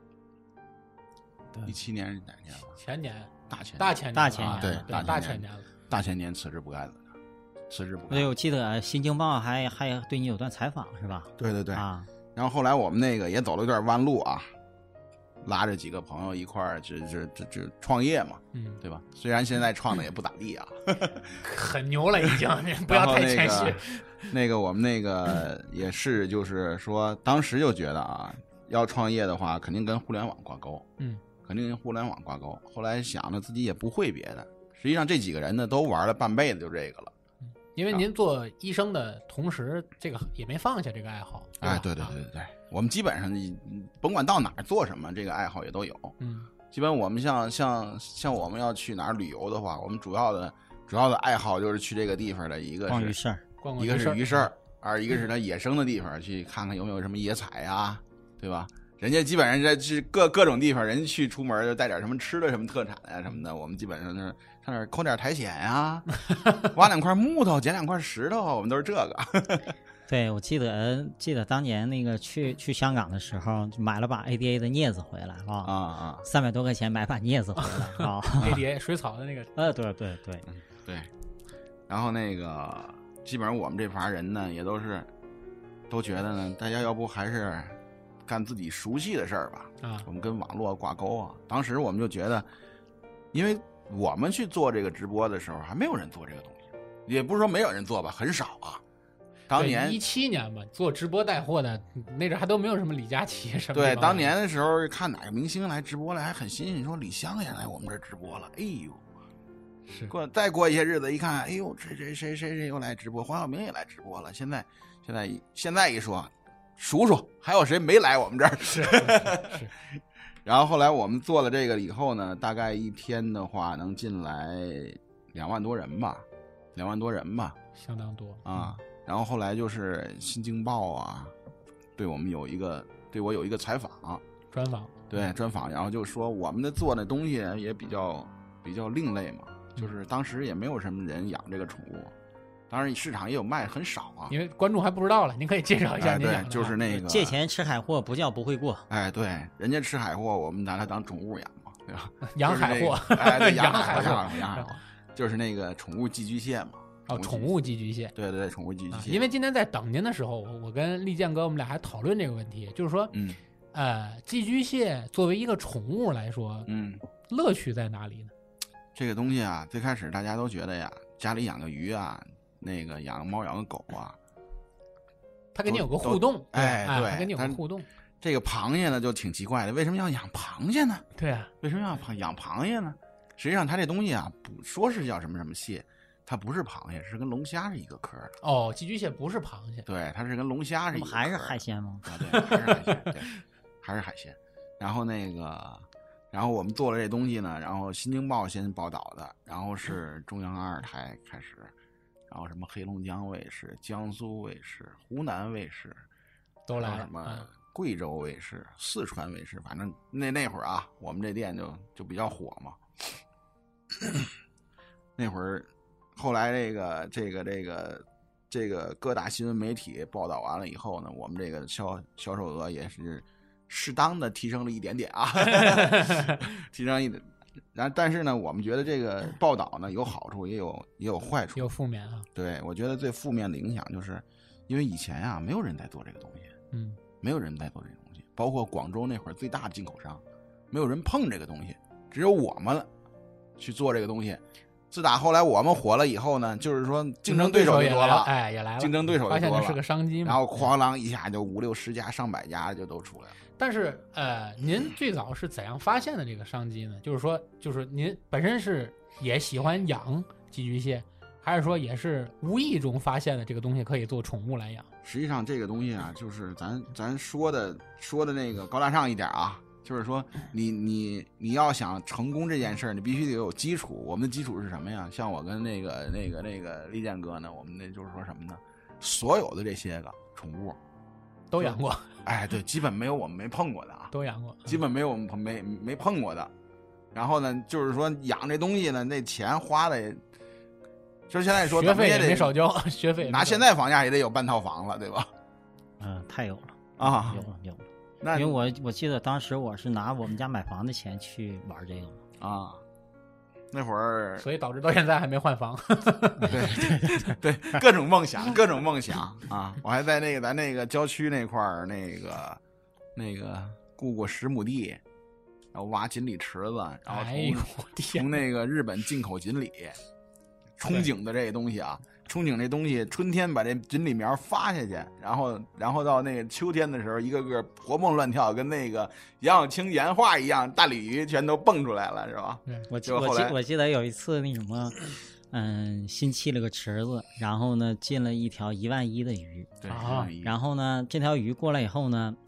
，17年是哪年了？ 前年， 大前年， 对， 大前年了， 大前年辞职不干了。 对，我记得《新京报》还对你有段采访是吧？ 对啊。 然后后来我们那个也走了一段弯路啊，拉着几个朋友一块儿这创业嘛，对吧？虽然现在创的也不咋地啊， 很牛了已经，不要太谦虚。 那个我们那个也是，就是说当时就觉得啊，要创业的话，肯定跟互联网挂钩，肯定跟互联网挂钩。后来想着自己也不会别的，实际上这几个人呢都玩了半辈子就这个了。 因为您做医生的同时，这个也没放下这个爱好。 哎，对，我们基本上甭管到哪儿做什么，这个爱好也都有。基本我们像我们要去哪儿旅游的话，我们主要的爱好就是去这个地方的一个是鱼市， 一个是鱼市，一个是它野生的地方去看看有没有什么野采啊，对吧？ 人家基本上在去各种地方，人家去出门就带点什么吃的、什么特产啊什么的。我们基本上是上哪抠点苔藓呀，挖2块木头，捡2块石头，我们都是这个。 对，我记得当年那个去香港的时候，买了把 ADA 的镊子回来啊，300多块钱买把镊子回来啊 ，ADA 水草的那个， 对， 对。然后那个基本上我们这帮人呢，也都觉得呢，大家要不还是干自己熟悉的事儿吧。我们跟网络挂钩啊。当时我们就觉得，因为我们去做这个直播的时候，还没有人做这个东西，也不是说没有人做吧，很少啊。当年 17年吧，做直播带货的那阵还都没有什么李佳琦什么。 对，当年的时候看哪个明星来直播了，还很新鲜，说李湘也来我们这直播了，哎呦。 是再过一些日子一看，哎呦，这谁又来直播，黄晓明也来直播了。现在一说，数数还有谁没来我们这儿？ 是。 然后后来我们做了这个以后呢，大概一天的话能进来2万多人吧， 相当多啊。然后后来就是《新京报》啊，对我有一个采访专访， 然后就说我们的做的东西也比较另类嘛。就是当时也没有什么人养这个宠物，当然市场也有卖，很少啊。 因为观众还不知道了，您可以介绍一下您养的。 对，就是那个借钱吃海货不叫不会过。 哎，对，人家吃海货，我们拿它当宠物养嘛，对吧？ 养海货， 养海货，就是那个宠物寄居蟹嘛。 宠物寄居蟹。 对，宠物寄居蟹。 因为今天在等您的时候，我跟利剑哥我们俩还讨论这个问题，就是说，寄居蟹作为一个宠物来说，乐趣在哪里呢？ 这个东西啊，最开始大家都觉得呀，家里养个鱼啊，那个养个猫养个狗啊， 它跟你有个互动， 对， 它跟你有个互动。 这个螃蟹呢就挺奇怪的，为什么要养螃蟹呢？ 对啊， 为什么要养螃蟹呢？实际上它这东西啊，不说是叫什么蟹，它不是螃蟹，是跟龙虾是一个科的。 哦，寄居蟹不是螃蟹， 对，它是跟龙虾是一个科的。 还是海鲜吗？ 啊，对，还是海鲜，对，还是海鲜。然后我们做了这东西呢，然后《新京报》先报道的，然后是中央2台开始，然后什么黑龙江卫视、江苏卫视、湖南卫视都来了， 什么贵州卫视、四川卫视，反正那会儿啊，我们这店就比较火嘛。那会儿，后来这个各大新闻媒体报道完了以后呢，我们这个销售额也是适当的提升了一点点啊，提升一点。但是呢，我们觉得这个报道呢有好处，也有坏处， 有负面啊。 对，我觉得最负面的影响就是，因为以前啊没有人在做这个东西，没有人在做这个东西，包括广州那会儿最大的进口商，没有人碰这个东西，只有我们去做这个东西。自打后来我们火了以后呢，就是说竞争对手也多了， 也来了， 竞争对手也多了， 发现这是个商机嘛， 然后哐啷一下就5、60家、上百家就都出来了。 但是您最早是怎样发现的这个商机呢？就是您本身是也喜欢养寄居蟹，还是说也是无意中发现的这个东西可以做宠物来养？ 实际上这个东西啊，就是咱说的那个高大上一点啊。就是说，你要想成功这件事儿，你必须得有基础。我们的基础是什么呀？像我跟那个利剑哥呢，我们那就是说什么呢？所有的这些个宠物都养过。 哎，对，基本没有我们没碰过的啊， 都养过， 基本没有我们没碰过的。然后呢，就是说养这东西呢，那钱花的，就是现在说学费也没少交，学费拿现在房价也得有半套房了，对吧？ 太有了啊， 有了。因为我记得当时我是拿我们家买房的钱去玩这个啊，那会儿， 所以导致到现在还没换房。 对，各种梦想啊！我还在咱那个郊区那块儿那个雇过10亩地，然后挖锦鲤池子，然后从那个日本进口锦鲤，憧憬的这个东西啊。憧憬这东西，春天把这锦鲤苗发下去，然后到那个秋天的时候，一个个活蹦乱跳，跟那个杨晓清原画一样，大鲤鱼全都蹦出来了，是吧？ 我记得有一次那什么，新砌了个池子，然后呢进了一条1万1的鱼， 对， 然后呢这条鱼过来以后呢，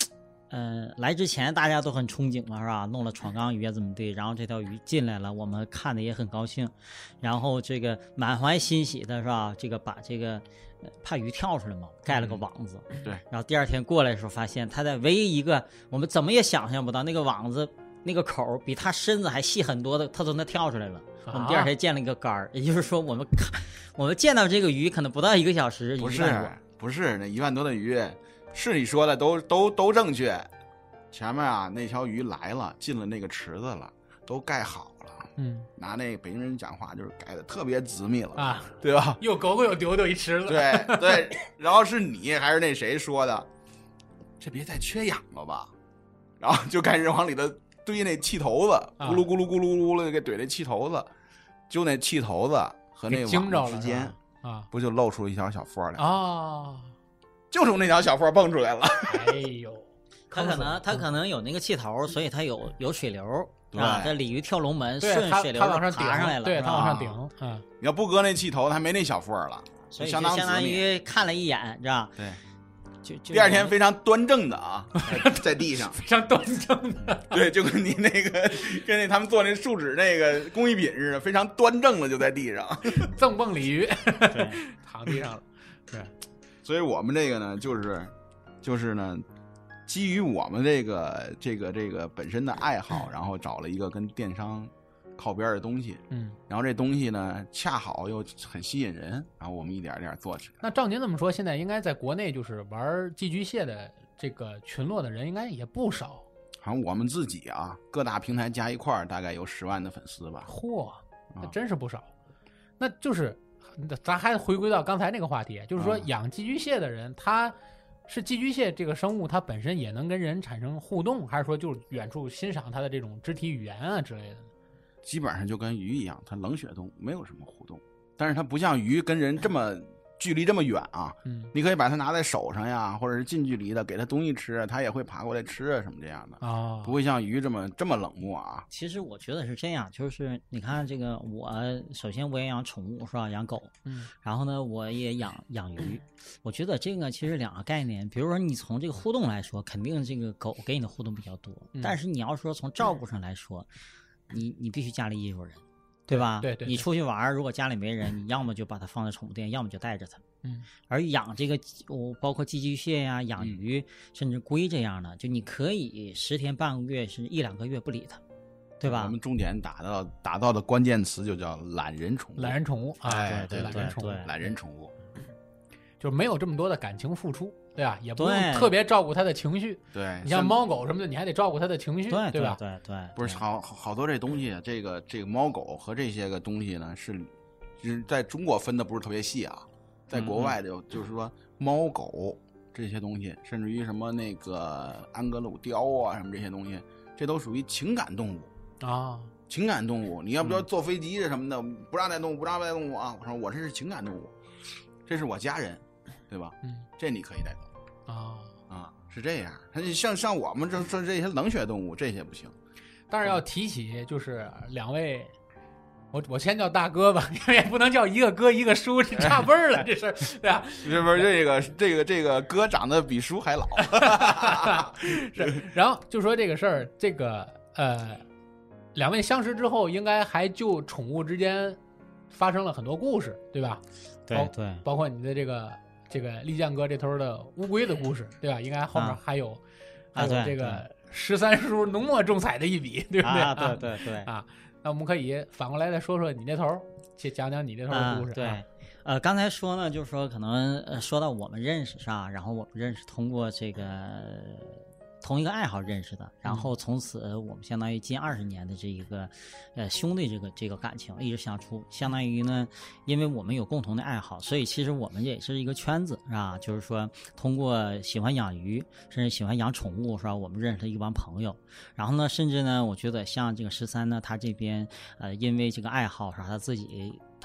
来之前大家都很憧憬嘛，是吧？弄了闯缸鱼啊怎么对？然后这条鱼进来了，我们看的也很高兴，然后这个满怀欣喜的是吧？这个把这个怕鱼跳出来嘛，盖了个网子。 对。 然后第二天过来的时候，发现它在唯一一个我们怎么也想象不到那个网子那个口比它身子还细很多的，它从那跳出来了。我们第二天见了一个杆儿，也就是说我们见到这个鱼可能不到1个小时。 不是，那1万多的鱼。是你说的都正确，前面啊那条鱼来了，进了那个池子了，都盖好了。拿那北京人讲话就是盖的特别紧密了啊，对吧？ 又狗狗又丢丢一池子。 对，然后是你还是那谁说的？这别再缺氧了吧？然后就开始往里头堆那气头子，咕噜咕噜咕噜咕噜给怼那气头子，就那气头子和那网之间啊， 不就露出一条小缝来啊？ 就从那条小缝蹦出来了。 哎呦， 它可能有那个气头，所以它有水流啊。这鲤鱼跳龙门，顺水流它往上爬上来了， 对，它往上顶。 你要不搁那气头，它没那小缝了， 所以相当于看了一眼，知道？ 对。 就第二天非常端正的啊，在地上非常端正的。 对，就跟你那个跟那他们做那树脂那个工艺品似的，非常端正的就在地上。 赠蹦鲤鱼，躺地上了。对。 所以我们这个呢，就是呢，基于我们这个本身的爱好，然后找了一个跟电商靠边的东西，然后这东西呢恰好又很吸引人，然后我们一点点做起来。 那照您这么说，现在应该在国内就是玩寄居蟹的这个群落的人应该也不少。 好像我们自己啊，各大平台加一块大概有10万的粉丝吧。 嚯，那真是不少。那就是咱还回归到刚才那个话题，就是说养寄居蟹的人，他是寄居蟹这个生物，它本身也能跟人产生互动，还是说就是远处欣赏它的这种肢体语言啊之类的？ 基本上就跟鱼一样，它冷血动物，没有什么互动，但是它不像鱼跟人这么距离这么远啊，你可以把它拿在手上呀，或者是近距离的给它东西吃，它也会爬过来吃啊什么这样的啊，不会像鱼这么冷漠啊。 其实我觉得是这样，就是你看这个，首先我也养宠物是吧，养狗，然后呢我也养鱼，我觉得这个其实2个概念，比如说你从这个互动来说，肯定这个狗给你的互动比较多，但是你要说从照顾上来说，你必须家里也有人。对吧？ 对， 你出去玩，如果家里没人，你要么就把它放在宠物店，要么就带着它。而养这个包括寄居蟹呀、养鱼，甚至龟这样的，就你可以10天半个月，是1、2个月不理它，对吧？ 我们重点打造的关键词就叫懒人宠物。 懒人宠物啊， 对， 懒人宠物， 就没有这么多的感情付出。对啊，也不用特别照顾他的情绪。 对， 你像猫狗什么的，你还得照顾他的情绪，对吧？ 对， 不是好多这东西，这个猫狗和这些个东西呢，是在中国分的不是特别细啊，在国外的就是说猫狗这些东西，甚至于什么那个安格鲁雕啊什么这些东西，这都属于情感动物啊。 情感动物，你要不要坐飞机什么的，不让带动物，不让带动物啊！我说我这是情感动物，这是我家人，对吧？这你可以带动。是这样，像我们这些冷血动物，这些不行。 但是要提起就是2位，我先叫大哥吧，因为也不能叫一个哥一个叔，这差辈儿了，这事儿对吧？ 是不是这个哥长得比叔还老？ 是，然后就说这个事儿，这个2位相识之后，应该还就宠物之间发生了很多故事，对吧？ 对， 包括你的这个丽江哥这头的乌龟的故事，对吧？应该后面还有这个13叔浓墨重彩的一笔，对不对？ 对啊，那我们可以反过来再说说你那头，去讲讲你那头的故事。 对，刚才说呢，就是说可能说到我们认识上，然后我们认识通过这个同一个爱好认识的，然后从此我们相当于近20年的这一个兄弟这个感情一直相处，相当于呢，因为我们有共同的爱好，所以其实我们也是一个圈子，是吧？就是说通过喜欢养鱼，甚至喜欢养宠物，是吧？我们认识了一帮朋友，然后呢，甚至呢，我觉得像这个13呢，他这边因为这个爱好，是吧？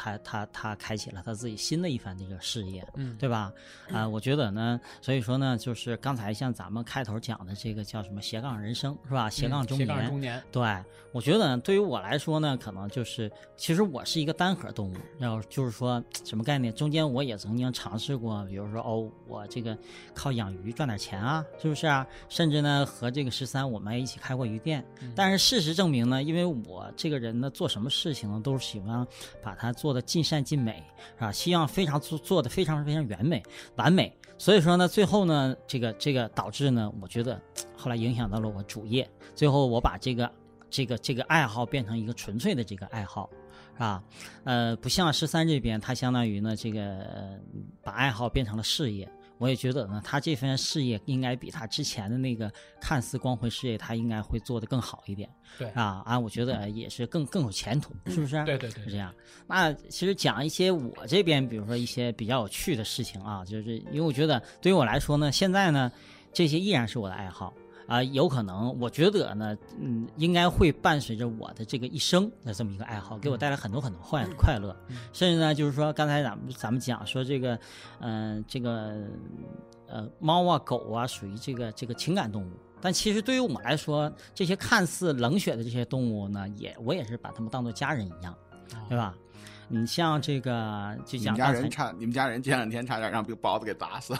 他开启了他自己新的一番这个事业，对吧？我觉得呢，所以说呢，就是刚才像咱们开头讲的这个叫什么斜杠人生是吧？斜杠中年，对，我觉得对于我来说呢，可能就是其实我是一个单核动物，然后就是说什么概念？中间我也曾经尝试过，比如说我这个靠养鱼赚点钱啊，是不是啊？甚至呢和这个13我们一起开过鱼店，但是事实证明呢，因为我这个人呢做什么事情呢都是喜欢把它做的尽善尽美，是吧？希望做的非常非常完美。所以说呢，最后呢，这个导致呢，我觉得后来影响到了我主业，最后我把这个爱好变成一个纯粹的这个爱好。是吧？不像13这边，他相当于呢，这个把爱好变成了事业。我也觉得呢，他这份事业应该比他之前的那个看似光辉事业，他应该会做得更好一点。 对我觉得也是更有前途，是不是？ 对， 是这样。那其实讲一些我这边，比如说一些比较有趣的事情啊，就是因为我觉得对于我来说呢，现在呢，这些依然是我的爱好。有可能我觉得呢，应该会伴随着我的这个一生的这么一个爱好，给我带来很多很多快乐，甚至呢，就是说刚才咱们讲说这个，猫啊狗啊属于这个情感动物，但其实对于我来说，这些看似冷血的这些动物呢，我也是把它们当作家人一样，对吧？你像这个，就讲你们家人前2天差点让包子给打死。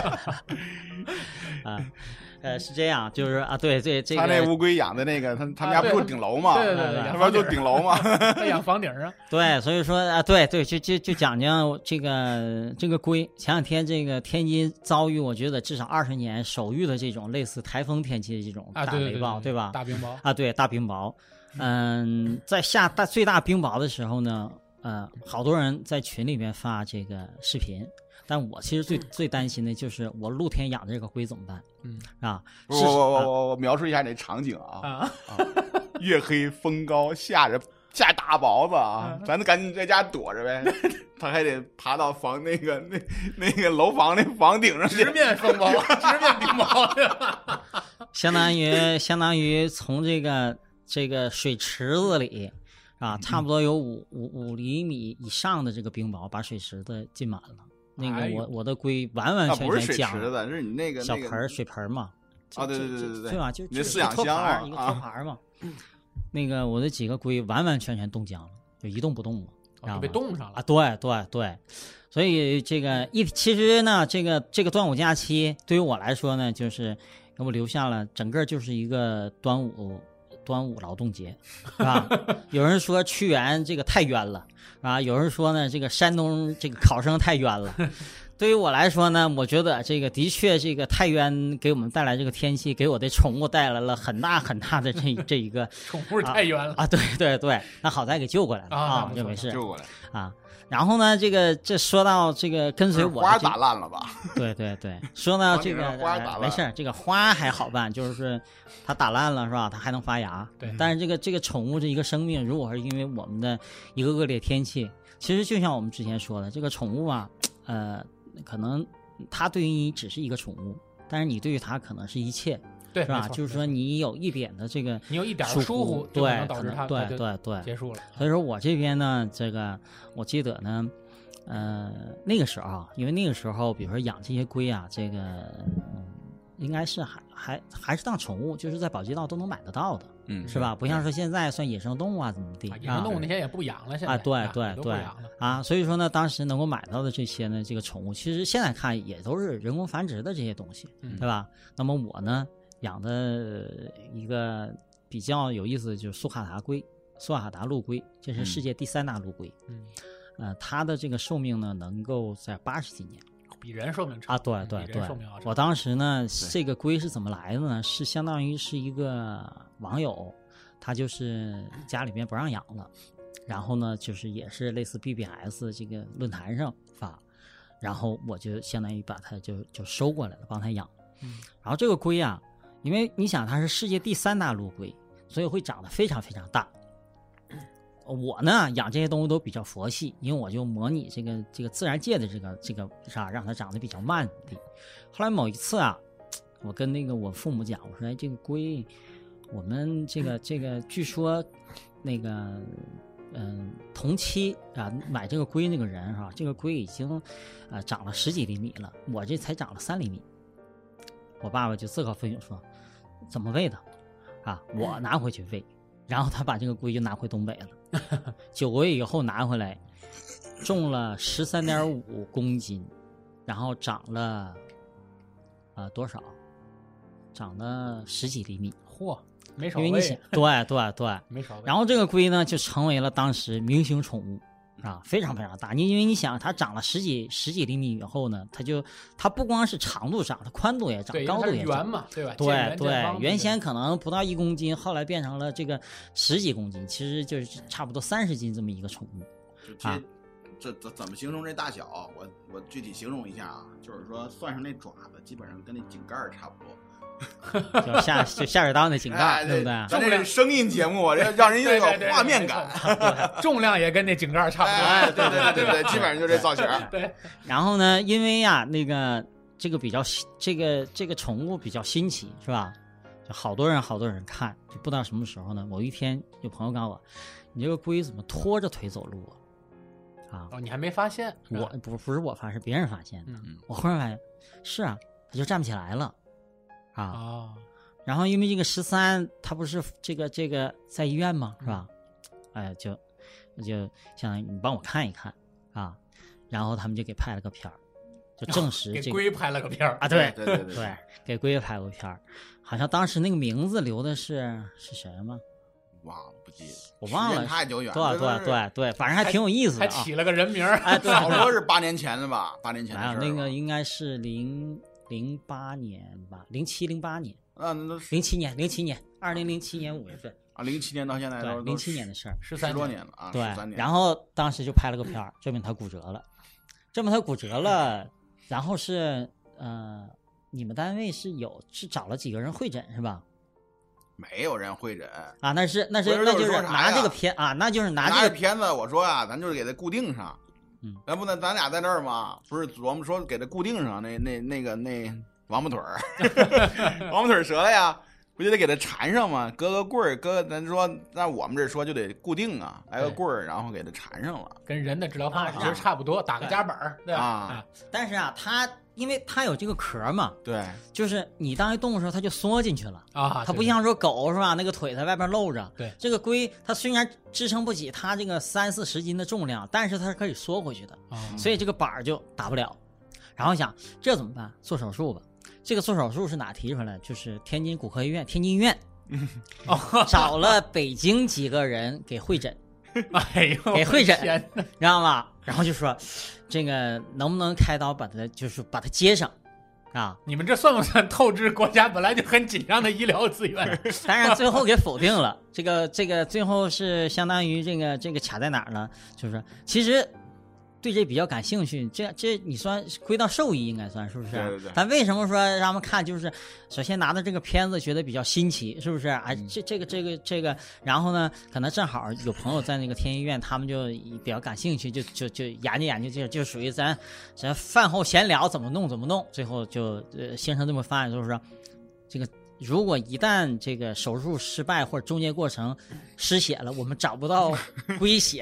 是这样，就是对，这个他那乌龟养的那个，他们家不住顶楼吗？ 对， 他不就顶楼吗？ 他养房顶上。 对，所以说对，就讲这个龟。前2天这个天津遭遇，我觉得至少20年首遇的这种类似台风天气的这种大雷暴，对吧？ 大冰雹对，大冰雹。在下最大冰雹的时候呢，好多人在群里面发这个视频。但我其实最担心的就是我露天养的这个龟怎么办？ 我描述一下这场景啊，月黑风高，下大雹子啊，咱就赶紧在家躲着呗。他还得爬到那个楼房那房顶上， 直面风暴，直面冰雹， 相当于从这个水池子里差不多有5厘米以上的这个冰雹把水池子浸满了。那个我的龟完完全全不是水池子，是你那个小盆水盆嘛？对吧？就你饲养箱一个托盘嘛。那个我的几个龟完完全全冻僵了，就一动不动了， 就被冻上了对。所以其实呢，这个端午假期对于我来说呢，就是给我留下了整个就是一个端午劳动节，是吧？有人说屈原这个太冤了。有人说呢，这个山东这个考生太冤了。对于我来说呢，我觉得这个的确这个太冤给我们带来这个天气，给我的宠物带来了很大很大的这一个宠物太冤了对，那好在给救过来了就没事救过来然后呢，这说到这个跟随我花打烂了吧？ 对，说到这个没事，这个花还好办，就是它打烂了是吧？它还能发芽。 对， 但是这个宠物这一个生命，如果是因为我们的一个恶劣天气，其实就像我们之前说的，这个宠物可能它对于你只是一个宠物，但是你对于它可能是一切。 对， 是吧？就是说你有一点的这个， 你有一点疏忽， 对， 可能导致它对结束了。 所以说我这边呢，这个我记得呢，那个时候因为那个时候，比如说养这些龟啊，这个应该是还是当宠物，就是在保街道都能买得到的，是吧？不像说现在算野生动物怎么地， 野生动物那些也不养了，现在对所以说呢，当时能够买到的这些呢，这个宠物其实现在看也都是人工繁殖的这些东西，对吧？那么我呢？养的一个比较有意思的就是苏卡达陆龟，这是世界第3大陆龟。它的这个寿命呢能够在80几年， 比人寿命长对。我当时呢，这个龟是怎么来的呢？是相当于是一个网友，他就是家里面不让养了，然后呢，就是也是类似 BBS 这个论坛上发，然后我就相当于把它就收过来了，帮他养。然后这个龟因为你想它是世界第3大陆龟，所以会长得非常非常大。我呢养这些动物都比较佛系，因为我就模拟这个自然界的这个啥，让它长得比较慢的。后来某一次我跟那个我父母讲，我说这个龟，我们这个据说那个同期啊买这个龟那个人哈，这个龟已经长了10几厘米了，我这才长了3厘米。我爸爸就自告奋勇说，怎么喂的啊？我拿回去喂，然后他把这个龟就拿回东北了。9个月以后拿回来，重了13.5公斤，然后长了多少？长了10几厘米。 嚯，没少喂。 因为你想，对， 没少喂。 然后这个龟呢，就成为了当时明星宠物啊，非常非常大。因为你想，它长了十几厘米以后呢，它不光是长度长，它宽度也长，高度也长嘛，对吧？ 对，原先可能不到1公斤，后来变成了这个10几公斤，其实就是差不多30斤这么一个宠物啊。 这怎么形容这大小？我具体形容一下啊，就是说算上那爪子，基本上跟那井盖差不多。 就下水道那井盖，对不对？ 咱这声音节目，这让人有画面感。 重量也跟那井盖差不多。对，基本上就这造型。 对。 然后呢，因为呀，这个比较这个宠物比较新奇，是吧？就好多人看，就不知道什么时候呢。某一天，有朋友告诉我，你这个龟怎么拖着腿走路啊？ 哦，你还没发现？ 我不是我发现，是别人发现的。我忽然发现，是啊，它就站不起来了。然后因为这个13，他不是这个在医院吗？是吧？就相当于你帮我看一看啊，然后他们就给拍了个片儿，就证实给龟拍了个片儿啊，对，给龟拍了个片儿，好像当时那个名字留的是谁吗？ 忘了，不记得， 我忘了， 太久远了。对，反正还挺有意思的， 还起了个人名儿。 少说是8年前的吧，8年前的事。 那个应该是08年吧，07、08年啊，那都 07年，2007年5月份啊，07年到现在都 07年的事儿 ，10多年了啊， 对 13年。 然后当时就拍了个片儿，证明他骨折了，然后是你们单位是找了几个人会诊是吧？ 没有人会诊啊，那就是拿这个片啊，那就是拿这个片子，我说啊，咱就是给它固定上。咱不能咱俩在这儿吗？不是琢磨说给它固定上，那王八腿儿，王八腿儿折了呀，不就得给它缠上吗？搁个棍儿，咱说那我们这说就得固定啊，来个棍儿，然后给它缠上了， 跟人的治疗方法其实差不多，打个夹板儿，对吧？ 但是啊，因为它有这个壳嘛， 对， 就是你当一动的时候，它就缩进去了啊。 它不像说狗是吧，那个腿在外边露着。 对， 这个龟它虽然支撑不起它这个30-40斤的重量，但是它是可以缩回去的，所以这个板儿就打不了。然后想这怎么办？做手术吧。这个做手术是哪提出来？就是天津骨科医院，天津医院找了北京几个人给会诊。给会诊，知道吗？然后就说，这个能不能开刀把它接上，啊？ 你们这算不算透支国家本来就很紧张的医疗资源？ 当然最后给否定了。这个最后是相当于这个卡在哪儿呢？就是说，其实对这比较感兴趣，这你算归到兽医应该算是不是？ 对。 咱为什么说让他们看？就是首先拿到这个片子觉得比较新奇，是不是？这个，然后呢，可能正好有朋友在那个天医院，他们就比较感兴趣，就研究，就属于咱饭后闲聊怎么弄，最后就形成这么发展，就是说这个。如果一旦这个手术失败或者中间过程失血了，我们找不到龟血，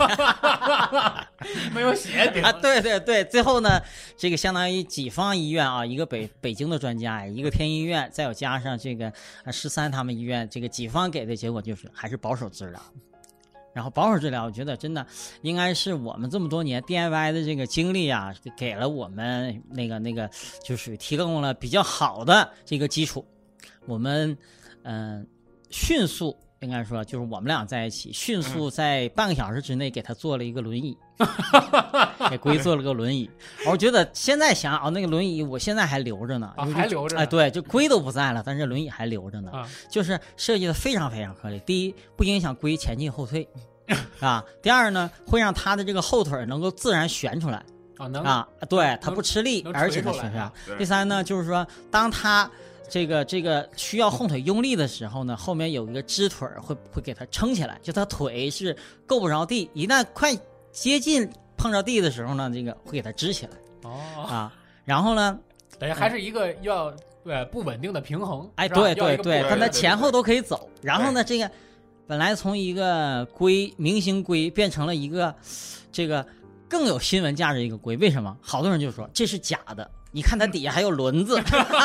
没有血啊！对，最后呢，这个相当于几方医院啊，一个北京的专家，一个天医院，再有加上这个13他们医院，这个几方给的结果就是还是保守治疗。然后保守治疗，我觉得真的应该是我们这么多年 DIY 的这个经历啊，给了我们那个就属于提供了比较好的这个基础。我们迅速应该说就是我们俩在一起，迅速在半个小时之内给他做了一个轮椅，给龟做了个轮椅。我觉得现在想那个轮椅我现在还留着呢， 还留着呢。 对，就龟都不在了，但是轮椅还留着呢。就是设计的非常非常合理。第一，不影响龟前进后退啊。第二呢，会让它的这个后腿能够自然旋出来对，它不吃力，而且它旋出来。第三呢，就是说当它这个需要后腿用力的时候呢，后面有一个支腿会给它撑起来，就它腿是够不着地，一旦快接近碰着地的时候呢，这个会给它支起来。然后呢， 等于还是一个要不稳定的平衡。 对，但它前后都可以走。然后呢，这个本来从一个龟明星龟变成了一个这个更有新闻价值一个龟，为什么？好多人就说这是假的，你看它底下还有轮子。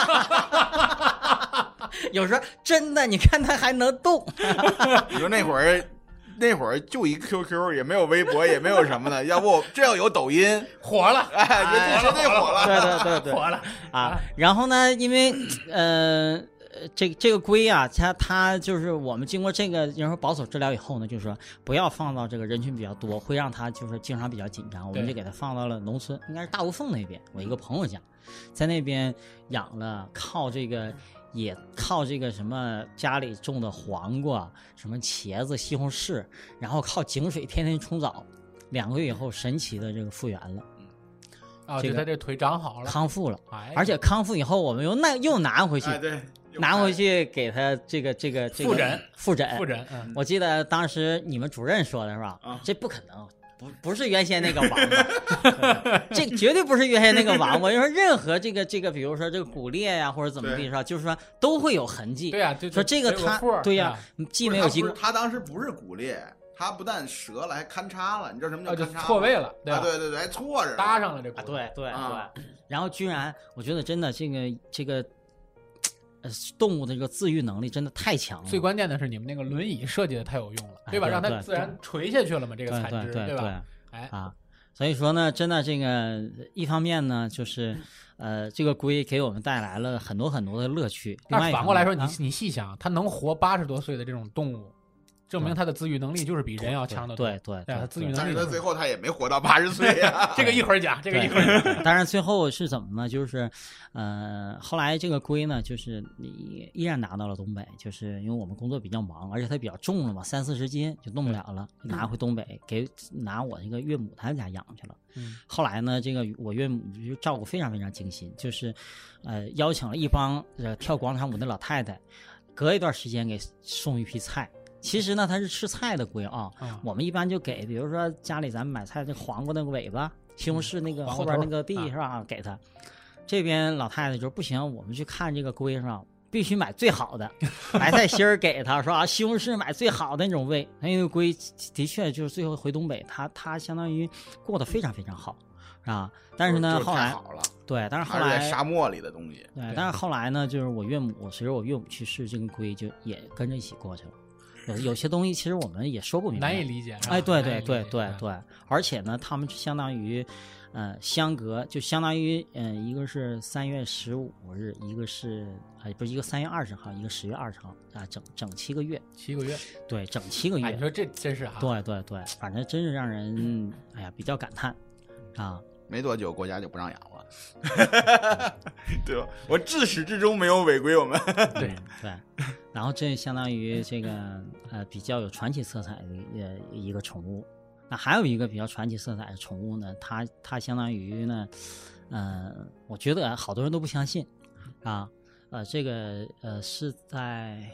有时候真的，你看它还能动。 你说那会儿就一 QQ， 也没有微博，也没有什么的，要不这要有抖音火了， 哎，绝对火了，对， 火了啊。然后呢，因为这个龟啊，它就是我们经过这个就是保守治疗以后呢，就是说不要放到这个人群比较多，会让它就是经常比较紧张，我们就给它放到了农村，应该是大无缝那边，我一个朋友家，在那边养了，靠这个什么家里种的黄瓜、什么茄子、西红柿，然后靠井水天天冲澡，2个月以后神奇的这个复原了。 就他这腿长好了， 康复了，而且康复以后我们又拿回去， 对， 拿回去给他这个复诊。我记得当时你们主任说的是吧？这不可能。不是原先那个王八，这绝对不是原先那个王八。就说任何这个，比如说这个骨裂呀，或者怎么地是吧？就是说都会有痕迹。 对呀， 说这个它对呀，既没有经过。 他当时不是骨裂，他不但折了，还勘察了。你知道什么叫勘察？ 错位了，对吧？ 对，还错着搭上了这骨。 对。然后居然，我觉得真的这个。动物的这个自愈能力真的太强了。 最关键的是你们那个轮椅设计的太有用了，对吧？让它自然垂下去了嘛，这个残肢，对吧？ 所以说呢，真的这个一方面呢，就是这个龟给我们带来了很多很多的乐趣。 但反过来说，你细想，它能活80多岁的这种动物，证明它的自愈能力就是比人要强得多。 对， 自愈能力。 但是他最后他也没活到80岁呀。 这个一会儿讲。 当然最后是怎么呢？就是后来这个龟呢，就是依然拿到了东北，就是因为我们工作比较忙，而且它比较重了嘛，30-40斤就动不了了，拿回东北拿我那个岳母他们家养去了。后来呢，这个我岳母就照顾非常非常精心，就是邀请了一帮跳广场舞的老太太，隔一段时间给送一批菜。其实呢，它是吃菜的龟啊。我们一般就给，比如说家里咱们买菜，这黄瓜那个尾巴、西红柿那个后边那个蒂是吧？给它。这边老太太就不行，我们去看这个龟是吧？必须买最好的，白菜心儿给他说西红柿买最好的那种喂。那个龟的确就是最后回东北，它相当于过得非常非常好啊。但是呢，后来对，但是后来在沙漠里的东西。 对，但是后来呢，就是随着我岳母去世，这个龟就也跟着一起过去了。有些东西其实我们也说不明白， 难以理解。 对，而且呢，他们相当于，相隔就相当于，一个是3月15日，一个是不是一个3月20号，一个10月20号啊，整7个月 ，7个月， 对，整7个月。 你说这真是对，反正真是让人比较感叹啊。 没多久，国家就不让养了，对吧？我自始至终没有违规我们。 对，然后这相当于这个比较有传奇色彩的一个宠物。那还有一个比较传奇色彩的宠物呢，它相当于呢，我觉得好多人都不相信啊。这个是在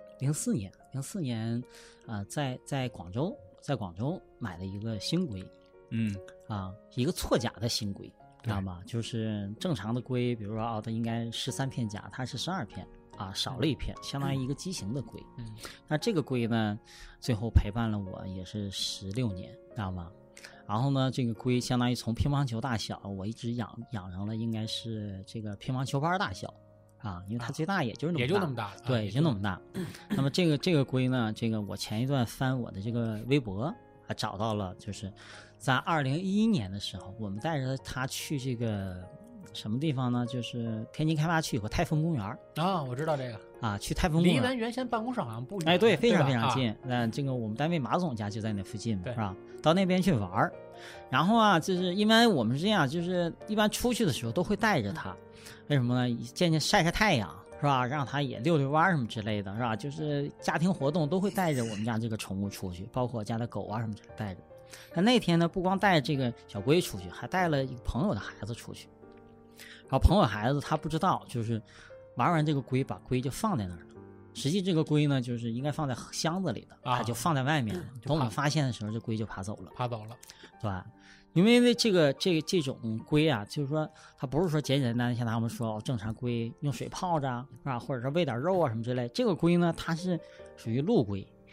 04年，在广州买的一个新龟。一个错甲的新龟，知道吗？就是正常的龟，比如说它应该13片甲，它是12片啊，少了1片，相当于一个畸形的龟。那这个龟呢，最后陪伴了我也是16年，知道吗？然后呢，这个龟相当于从乒乓球大小，我一直养成了应该是这个乒乓球拍大小啊，因为它最大也就那么大，对，也就那么大。那么这个龟呢，这个我前一段翻我的这个微博，还找到了，就是在2011年的时候，我们带着他去这个什么地方呢？就是天津开发区有个泰丰公园啊，我知道这个啊，去泰丰公园， 离咱原先办公室好像不远， 对，非常非常近。这个我们单位马总家就在那附近，是吧？到那边去玩，然后啊，就是因为我们是这样，就是一般出去的时候都会带着他，为什么呢？见晒晒太阳。是吧？让它也溜溜弯什么之类的，是吧？就是家庭活动都会带着我们家这个宠物出去，包括我家的狗啊什么之类带着。那天呢，不光带着这个小龟出去，还带了一个朋友的孩子出去。然后朋友孩子他不知道，就是玩完这个龟，把龟就放在那儿了。实际这个龟呢，就是应该放在箱子里的，他就放在外面了。等我们发现的时候，这龟就爬走了，对吧？因为这种龟啊，就是说它不是说简简单单像他们说正常龟用水泡着是吧，或者是喂点肉啊什么之类。这个龟呢，它是属于陆龟，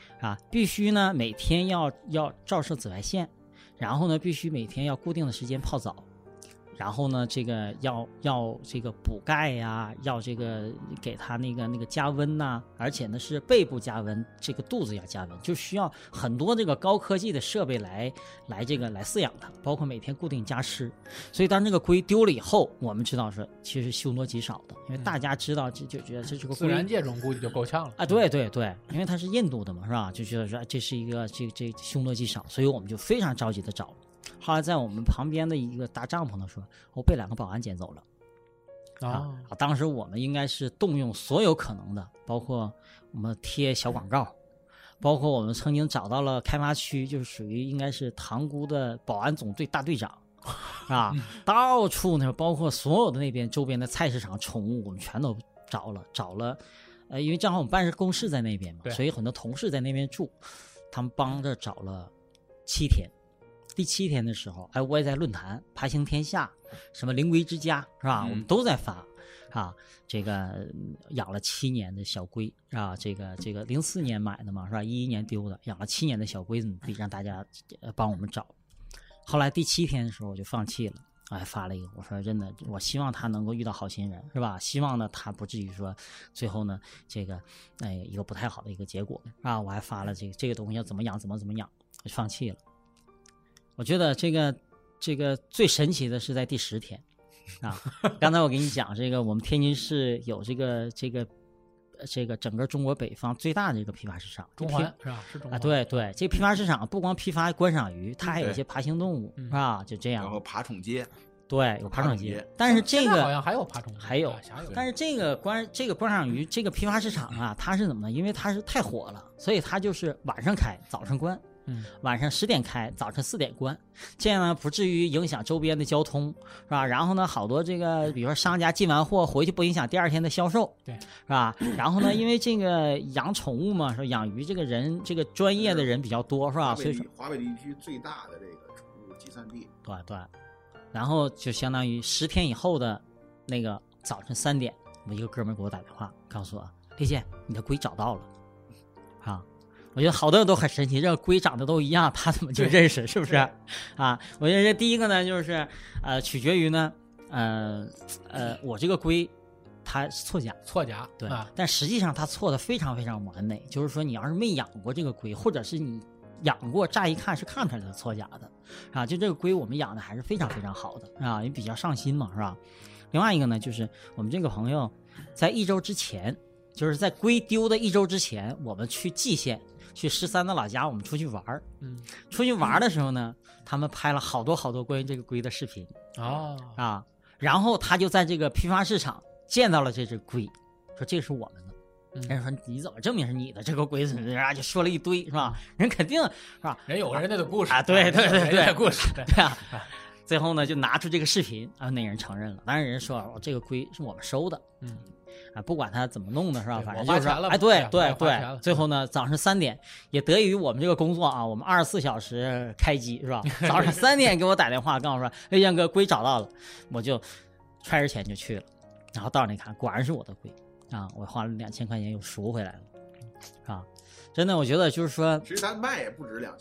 啊，必须呢每天要照射紫外线，然后呢必须每天要固定的时间泡澡。然后呢，这个要这个补钙呀，要这个给它那个加温呐，而且呢是背部加温，这个肚子要加温，就需要很多这个高科技的设备来饲养它，包括每天固定加湿。所以当这个龟丢了以后，我们知道说其实凶多吉少的，因为大家知道就觉得这个龟自然界中估计就够呛了啊，对对对，因为它是印度的嘛，是吧？就觉得说这是一个这凶多吉少，所以我们就非常着急的找。后来在我们旁边的一个搭帐篷的说，我被2个保安捡走了。当时我们应该是动用所有可能的，包括我们贴小广告，包括我们曾经找到了开发区，就是属于应该是塘沽的保安总队大队长，啊，到处呢，包括所有的那边周边的菜市场、宠物，我们全都找了，因为正好我们办公室在那边嘛，所以很多同事在那边住，他们帮着找了7天。第7天的时候，我也在论坛爬行天下，什么灵龟之家是吧？我们都在发啊，这个养了7年的小龟啊，这个04年买的嘛是吧？11年丢的，养了7年的小龟，可以让大家帮我们找。后来第7天的时候我就放弃了，还发了一个，我说真的，我希望他能够遇到好心人是吧？希望呢他不至于说最后呢这个一个不太好的一个结果啊！我还发了这个东西要怎么养，怎么养，我就放弃了。我觉得这个最神奇的是在第10天，啊，刚才我给你讲这个，我们天津市有这个整个中国北方最大的一个批发市场， 中环是吧？是中环啊，对对，这批发市场不光批发观赏鱼，它还有一些爬行动物，是吧？就这样。 然后爬宠街， 对，有爬宠街，但是这个好像还有爬宠街， 还有，但是这个观赏鱼这个批发市场啊，它是怎么呢？因为它是太火了，所以它就是晚上开，早上关。晚上10点开，早晨4点关，这样呢不至于影响周边的交通，是吧？然后呢，好多这个比如说商家进完货回去不影响第2天的销售， 对， 是吧？然后呢，因为这个养宠物嘛，说养鱼这个人，这个专业的人比较多，是吧？所以说华北地区最大的这个宠物集散地， 对对。然后就相当于10天以后的那个早晨3点，我一个哥们给我打电话，告诉我，丽姐，你的龟找到了，啊。我觉得好多人都很神奇，这个龟长得都一样，他怎么就认识？是不是？啊，我觉得这第一个呢，就是取决于呢，我这个龟它是错甲，对，但实际上它错的非常非常完美。就是说，你要是没养过这个龟，或者是你养过，乍一看是看出来的错甲的，啊，就这个龟我们养的还是非常非常好的啊，也比较上心嘛，是吧？另外一个呢，就是我们这个朋友在1周之前，就是在龟丢的1周之前，我们去蓟县。去13的老家，我们出去玩出去玩的时候呢，他们拍了好多关于这个龟的视频啊，然后他就在这个批发市场见到了这只龟，说这是我们的，人说你怎么证明是你的这个龟？就说了一堆，是吧？人肯定是吧？ 人有人家的故事啊，对， 故事， 对啊。最后呢，就拿出这个视频啊，那人承认了，当然人说这个龟是我们收的，不管他怎么弄的是吧？反正就是说，对。最后呢，早上3点，也得益于我们这个工作啊，我们24小时开机是吧？早上3点给我打电话，告诉我说：“哎，杨哥，龟找到了。”我就揣着钱就去了，然后到那看，果然是我的龟啊！我花了2000块钱又赎回来了，啊！真的，我觉得就是说， 其实咱卖也不止2000呀。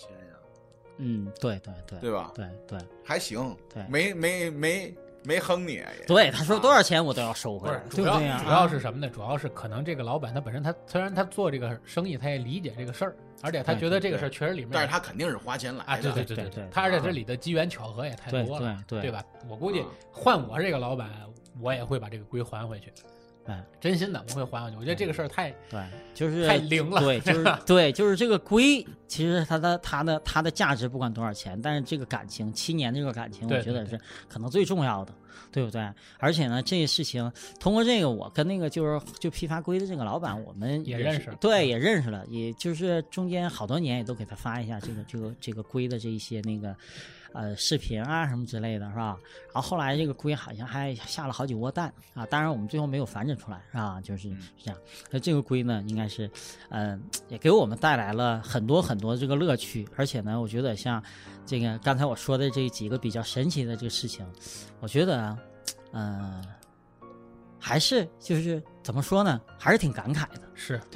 对吧？ 对， 还行， 对， 没坑你。 对，他说多少钱我都要收回来，对不对呀？ 主要是什么呢？主要是可能这个老板他本身虽然他做这个生意，他也理解这个事儿，而且他觉得这个事儿确实里面， 但是他肯定是花钱来的。 对，他而且这里的机缘巧合也太多了，对吧？我估计换我这个老板，我也会把这个龟还回去。真心的我会还回去。我觉得这个事儿太就是太灵了。 对，就是这个龟，其实它的价值不管多少钱，但是这个感情7年的这个感情，我觉得是可能最重要的，对不对？而且呢，这个事情通过这个，我跟那个就批发龟的这个老板，我们也认识， 对，也认识了，也就是中间好多年也都给他发一下这个龟的这一些那个。视频啊什么之类的，是吧？然后后来这个龟好像还下了好几窝蛋啊，当然我们最后没有繁殖出来，是吧？就是这样。那这个龟呢，应该是，也给我们带来了很多这个乐趣，而且呢，我觉得像这个刚才我说的这几个比较神奇的这个事情，我觉得，还是就是怎么说呢，还是挺感慨的， 是对吧？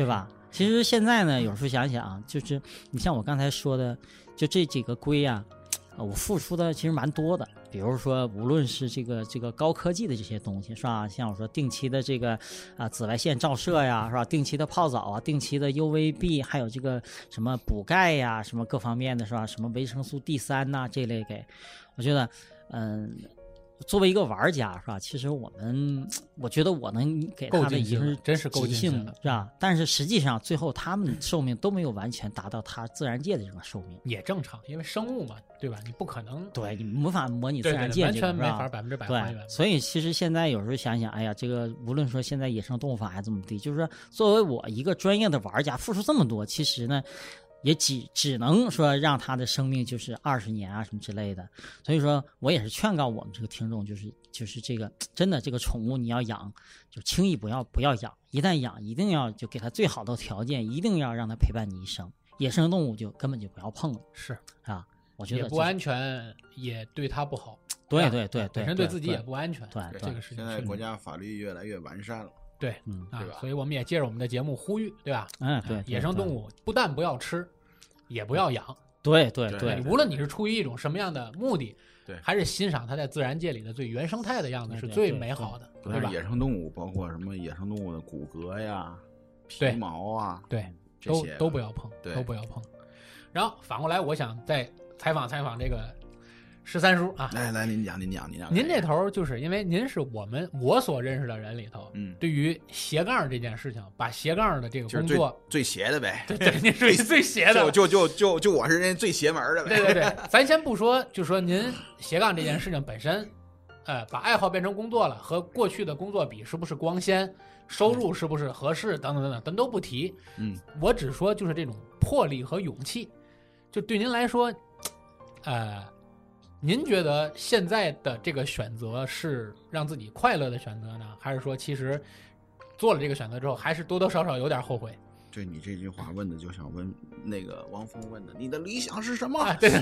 其实现在呢，有时候想想，就是你像我刚才说的，就这几个规啊，我付出的其实蛮多的。比如说，无论是这个高科技的这些东西，是吧？像我说定期的这个紫外线照射呀，是吧？定期的泡澡啊，定期的 UVB， 还有这个什么补钙呀，什么各方面的，是吧？什么维生素 D3呐这类给，我觉得，作为一个玩家，是吧？其实我觉得我能给他的已经是真是够极限了，是吧？但是实际上最后他们寿命都没有完全达到他自然界的这个寿命， 也正常，因为生物嘛，对吧？你不可能， 对你无法模拟自然界， 完全没法100%还原。 所以其实现在有时候想想，哎呀，这个无论说现在野生动物法还这么低，就是说作为我一个专业的玩家，付出这么多，其实呢。也只能说让他的生命就是20年啊什么之类的，所以说我也是劝告我们这个听众，就是这个真的这个宠物你要养，就轻易不要养，一旦养一定要就给他最好的条件，一定要让他陪伴你一生。野生动物就根本就不要碰了， 是啊，我觉得也不安全，也对他不好。 对， 本身对自己也不安全。 对， 这个事情现在国家法律越来越完善了。 对，对吧？所以我们也借着我们的节目呼吁，对吧？ 对， 野生动物不但不要吃，也不要养。 对， 无论你是出于一种什么样的目的， 对， 还是欣赏它在自然界里的最原生态的样子，是最美好的，对吧？ 野生动物包括什么野生动物的骨骼呀、皮毛啊， 对，都不要碰，都不要碰。然后反过来，我想再采访这个13叔啊， 来，您讲。 您这头就是因为您是我所认识的人里头，对于斜杠这件事情，把斜杠的这个工作最邪的呗， 对，您是最邪的， 就我是人最邪门的呗， 对，咱先不说，就说您斜杠这件事情本身，把爱好变成工作了，和过去的工作比是不是光鲜，收入是不是合适，等等，咱都不提，我只说就是这种魄力和勇气，就对您来说，您觉得现在的这个选择是让自己快乐的选择呢，还是说其实做了这个选择之后，还是多多少少有点后悔？ 对，你这句话问的就想问那个王峰问的，你的理想是什么？ 对。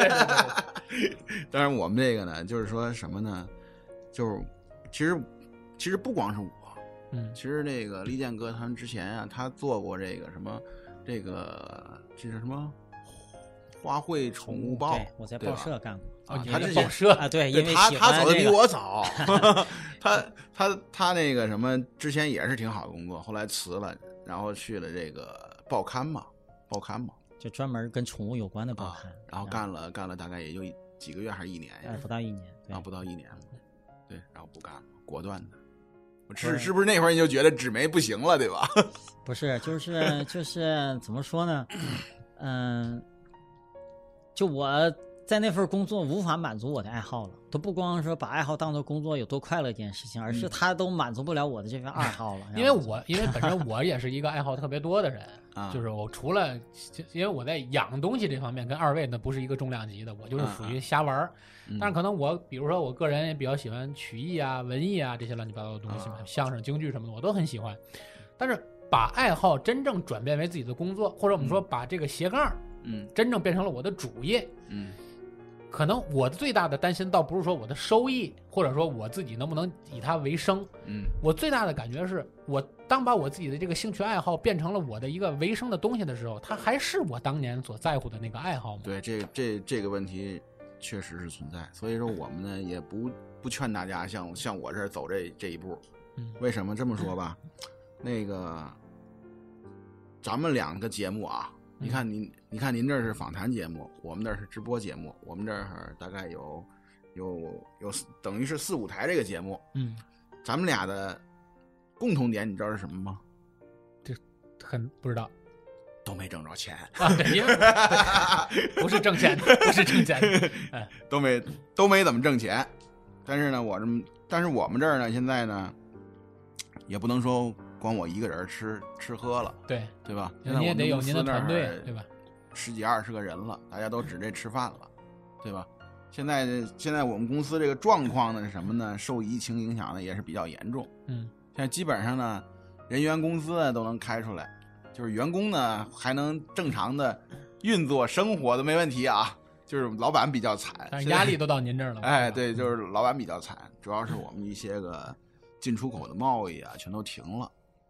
当然我们这个呢，就是说什么呢？就是其实不光是我，其实那个利剑哥他们之前啊，他做过这个什么，这是什么？花卉宠物报， 对，我在报社干过他这报社啊，对，因为他走的比我早，他那个什么之前也是挺好的工作，后来辞了，然后去了这个报刊嘛， 就专门跟宠物有关的报刊， 然后干了大概也就几个月还是1年呀？ 不到1年， 啊，不到1年，对，然后不干了，果断的。是不是那会儿你就觉得纸媒不行了，对吧？ 不是，就是怎么说呢？就我在那份工作无法满足我的爱好了，都不光说把爱好当做工作有多快乐一件事情，而是它都满足不了我的这份爱好了。 因为本身我也是一个爱好特别多的人，就是我除了因为我在养东西这方面跟2位呢不是一个重量级的，我就是属于瞎玩但是可能比如说我个人也比较喜欢曲艺啊、文艺啊这些乱七八糟的东西，相声、京剧什么的我都很喜欢。但是把爱好真正转变为自己的工作，或者我们说把这个斜杠真正变成了我的主业，可能我最大的担心倒不是说我的收益，或者说我自己能不能以它为生，我最大的感觉是我当把我自己的这个兴趣爱好变成了我的一个为生的东西的时候，它还是我当年所在乎的那个爱好吗？ 对，这个问题确实是存在，所以说我们呢也不劝大家像我这儿走这一步。为什么这么说吧？那个咱们2个节目啊，你看您这是访谈节目，我们这是直播节目，我们这儿大概有等于是4、5台这个节目，咱们俩的共同点你知道是什么吗？ 这不知道， 都没挣着钱啊，对，因为不是挣钱的，不是挣钱的， 都没怎么挣钱，但是我们这儿呢，现在呢，也不能说光我一个人吃喝了，对吧？ 您也得有您的团队，对吧 ？10几20个人了，大家都指这吃饭了，对吧？现在我们公司这个状况呢是什么呢？受疫情影响呢也是比较严重。现在基本上呢，人员工资呢都能开出来，就是员工呢还能正常的运作生活的没问题啊。就是老板比较惨， 但是压力都到您这儿了。 哎，对，就是老板比较惨，主要是我们一些个进出口的贸易啊全都停了。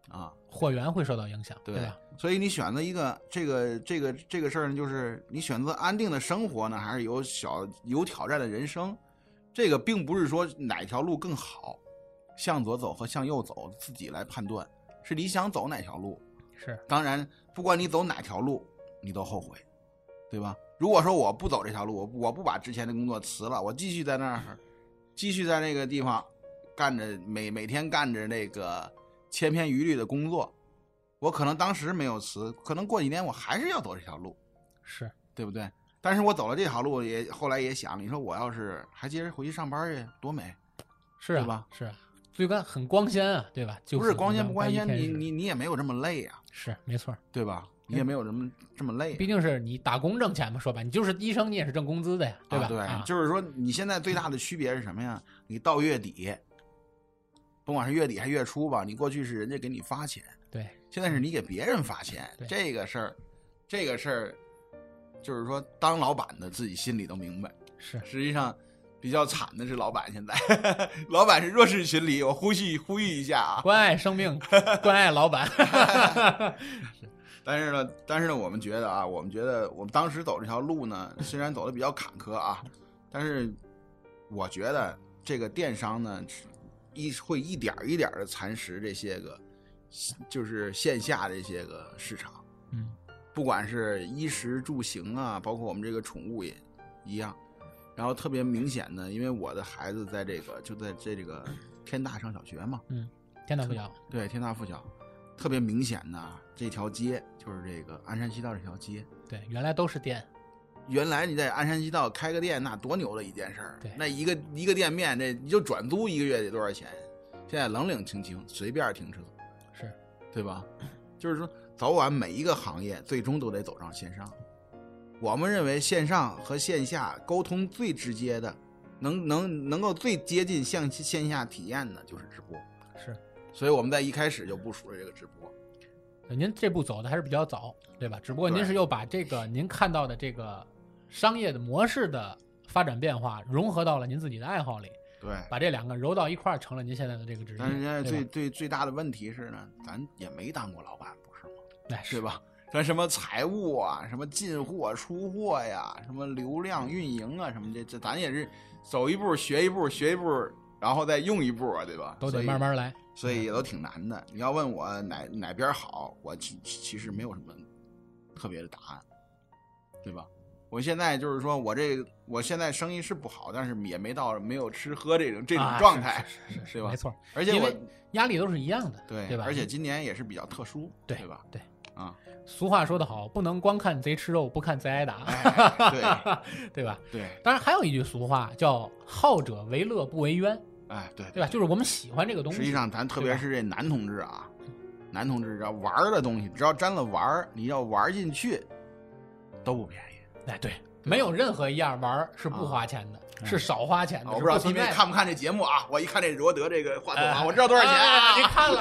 啊， 货源会受到影响， 对吧？ 所以你选择一个这个事儿呢，就是你选择安定的生活呢，还是有挑战的人生？这个并不是说哪条路更好，向左走和向右走自己来判断，是你想走哪条路。 是， 当然不管你走哪条路，你都后悔，对吧？如果说我不走这条路，我不把之前的工作辞了，我继续在那儿，继续在那个地方干着每天干着那个千篇一律的工作，我可能当时没有辞，可能过几年我还是要走这条路， 是对不对？但是我走了这条路，后来也想，你说我要是还接着回去上班去，多美， 是啊， 对吧？ 是啊，最干很光鲜啊，对吧？ 不是光鲜不光鲜，你也没有这么累啊， 是没错， 对吧？你也没有这么累， 毕竟是你打工挣钱嘛，说白，你就是医生，你也是挣工资的呀，对吧？ 对，就是说你现在最大的区别是什么呀？你到月底，甭管是月底还是月初吧，你过去是人家给你发钱， 对， 现在是你给别人发钱，这个事儿，就是说当老板的自己心里都明白， 是， 实际上比较惨的是老板现在，老板是弱势群里，我呼吁一下啊， 关爱生命，关爱老板。 但是呢，我们觉得我们当时走这条路呢，虽然走的比较坎坷啊，但是我觉得这个电商呢，会一点一点的蚕食这些个，就是线下这些个市场，不管是衣食住行啊，包括我们这个宠物也一样。然后特别明显的，因为我的孩子在这个天大上小学嘛， 天大附小， 对，天大附小。特别明显的这条街就是这个鞍山西道这条街， 对，原来都是店， 原来你在鞍山西道开个店那多牛的一件事儿，那一个店面这你就转租一个月得多少钱？现在冷冷清清，随便停车， 是， 对吧？就是说早晚每一个行业最终都得走上线上。我们认为线上和线下沟通最直接的，能够最接近向线下体验的就是直播， 是。 所以我们在一开始就部署了这个直播。 您这步走的还是比较早，对吧？只不过您是又把这个您看到的这个商业的模式的发展变化融合到了您自己的爱好里， 对，把这两个揉到一块儿，成了您现在的这个职业。 但是现在最大的问题是呢，咱也没当过老板，不是吗？对吧？咱什么财务啊，什么进货出货呀，什么流量运营啊，什么这咱也是走一步学一步，学一步，然后再用一步啊，对吧？ 都得慢慢来。 所以也都挺难的。你要问我哪边好，我其实没有什么特别的答案，对吧？我现在就是说我现在生意是不好，但是也没有吃喝这种状态， 是吧？ 没错。 而且我压力都是一样的， 对吧？ 而且今年也是比较特殊，对吧？ 对啊。 俗话说得好，不能光看贼吃肉，不看贼挨打，对吧？ 对。 当然还有一句俗话叫“好者为乐，不为冤”。对吧？就是我们喜欢这个东西。 实际上，咱特别是这男同志啊，男同志只要玩的东西，只要沾了玩，你要玩进去，都不便宜。 对，没有任何一样玩是不花钱的，是少花钱的。 我不知道今天看不看这节目啊？我一看这罗德这个话筒我知道多少钱。 您看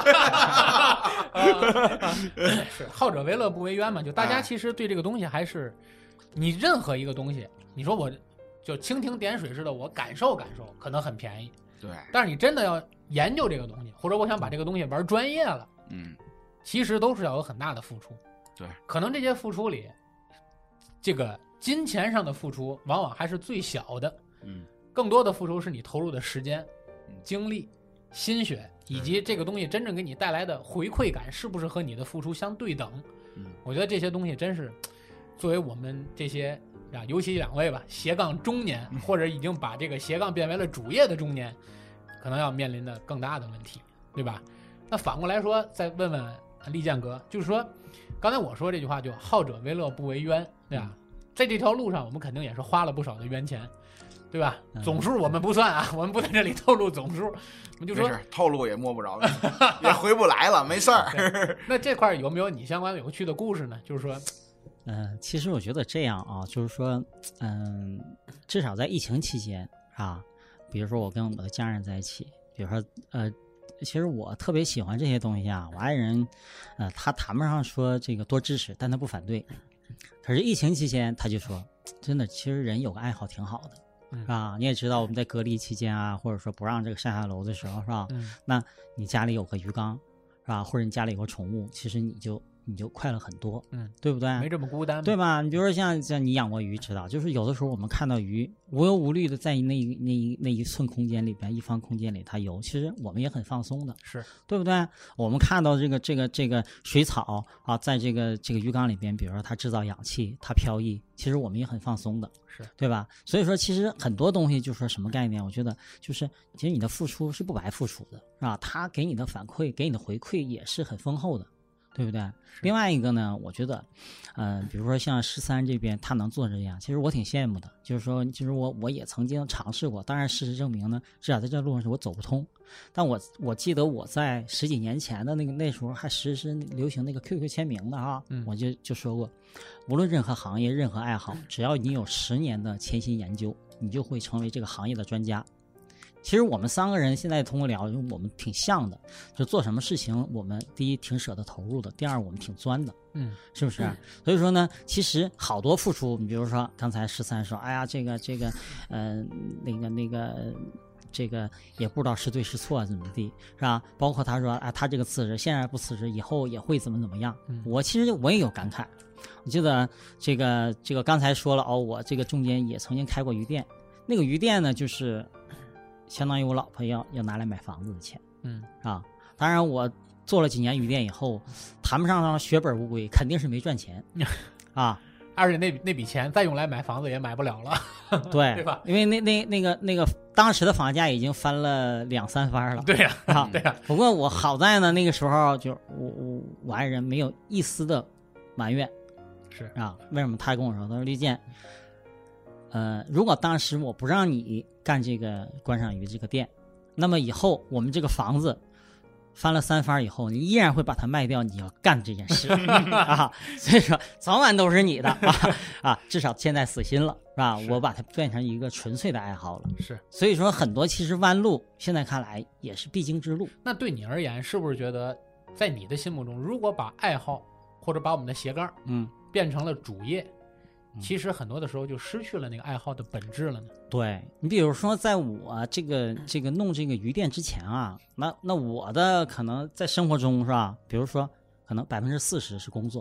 了。是好者为乐，不为冤嘛？就大家其实对这个东西还是，你任何一个东西，你说我就蜻蜓点水似的，我感受感受，可能很便宜。 对， 但是你真的要研究这个东西，或者我想把这个东西玩专业了，其实都是要有很大的付出。 对， 可能这些付出里，这个金钱上的付出往往还是最小的，更多的付出是你投入的时间、精力、心血，以及这个东西真正给你带来的回馈感是不是和你的付出相对等。我觉得这些东西真是作为我们这些尤其两位吧，斜杠中年，或者已经把这个斜杠变为了主业的中年，可能要面临的更大的问题，对吧？那反过来说，再问问利剑哥，就是说，刚才我说这句话就好者为乐，不为冤，对吧？在这条路上，我们肯定也是花了不少的冤钱，对吧？总数我们不算啊，我们不在这里透露总数，我们就说透露也摸不着，也回不来了，没事儿。 那这块有没有你相关有趣的故事呢？就是说。 其实我觉得这样啊，就是说，至少在疫情期间啊，比如说我跟我的家人在一起，比如说其实我特别喜欢这些东西啊，我爱人他谈不上说这个多支持，但他不反对。可是疫情期间他就说，真的，其实人有个爱好挺好的，是吧？你也知道我们在隔离期间啊，或者说不让这个上下楼的时候，是吧？那你家里有个鱼缸，是吧？或者你家里有个宠物，其实你就快乐很多，对不对？ 没这么孤单， 对吧？你比如说像你养过鱼，知道，就是有的时候我们看到鱼无忧无虑的在那一寸空间里边，一方空间里它游，其实我们也很放松的， 是对不对？我们看到这个水草啊，在这个鱼缸里边，比如说它制造氧气，它飘逸，其实我们也很放松的， 是对吧？所以说，其实很多东西就是说什么概念？我觉得就是其实你的付出是不白付出的，是吧？它给你的反馈，给你的回馈也是很丰厚的。对不对？另外一个呢，我觉得，比如说像13这边他能做这样，其实我挺羡慕的。就是说，其实我也曾经尝试过，当然事实证明呢，至少在这路上是我走不通。但我记得我在10几年前的那时候还实施流行那个 QQ 签名的哈，我就说过，无论任何行业、任何爱好，只要你有10年的潜心研究，你就会成为这个行业的专家。其实我们3个人现在通过聊，我们挺像的，就做什么事情，我们第一挺舍得投入的，第二我们挺钻的，是不是？所以说呢，其实好多付出，你比如说刚才13说，哎呀，这个，这个也不知道是对是错怎么地，是吧？包括他说，哎，他这个辞职，现在不辞职，以后也会怎么样？我其实我也有感慨，我记得这个刚才说了哦，我这个中间也曾经开过鱼店，那个鱼店呢，就是相当于我老婆要拿来买房子的钱，当然我做了几年鱼店以后，谈不上血本无归，肯定是没赚钱啊， 而且那笔钱再用来买房子也买不了了， 对， 对吧？ 因为那个当时的房价已经翻了2-3番了， 对呀，对呀。 不过我好在呢，那个时候就我爱人没有一丝的埋怨， 是啊，为什么？他跟我说，他说丽健，如果当时我不让你干这个观赏鱼这个店，那么以后我们这个房子翻了3番以后，你依然会把它卖掉，你要干这件事啊。所以说早晚都是你的啊，至少现在死心了，是吧？我把它变成一个纯粹的爱好了。 是， 所以说很多其实弯路，现在看来也是必经之路。 那对你而言，是不是觉得在你的心目中，如果把爱好或者把我们的斜杠变成了主业，其实很多的时候就失去了那个爱好的本质了呢？ 对，你比如说在我这个弄这个鱼店之前啊，那我的可能在生活中是吧，比如说可能40%是工作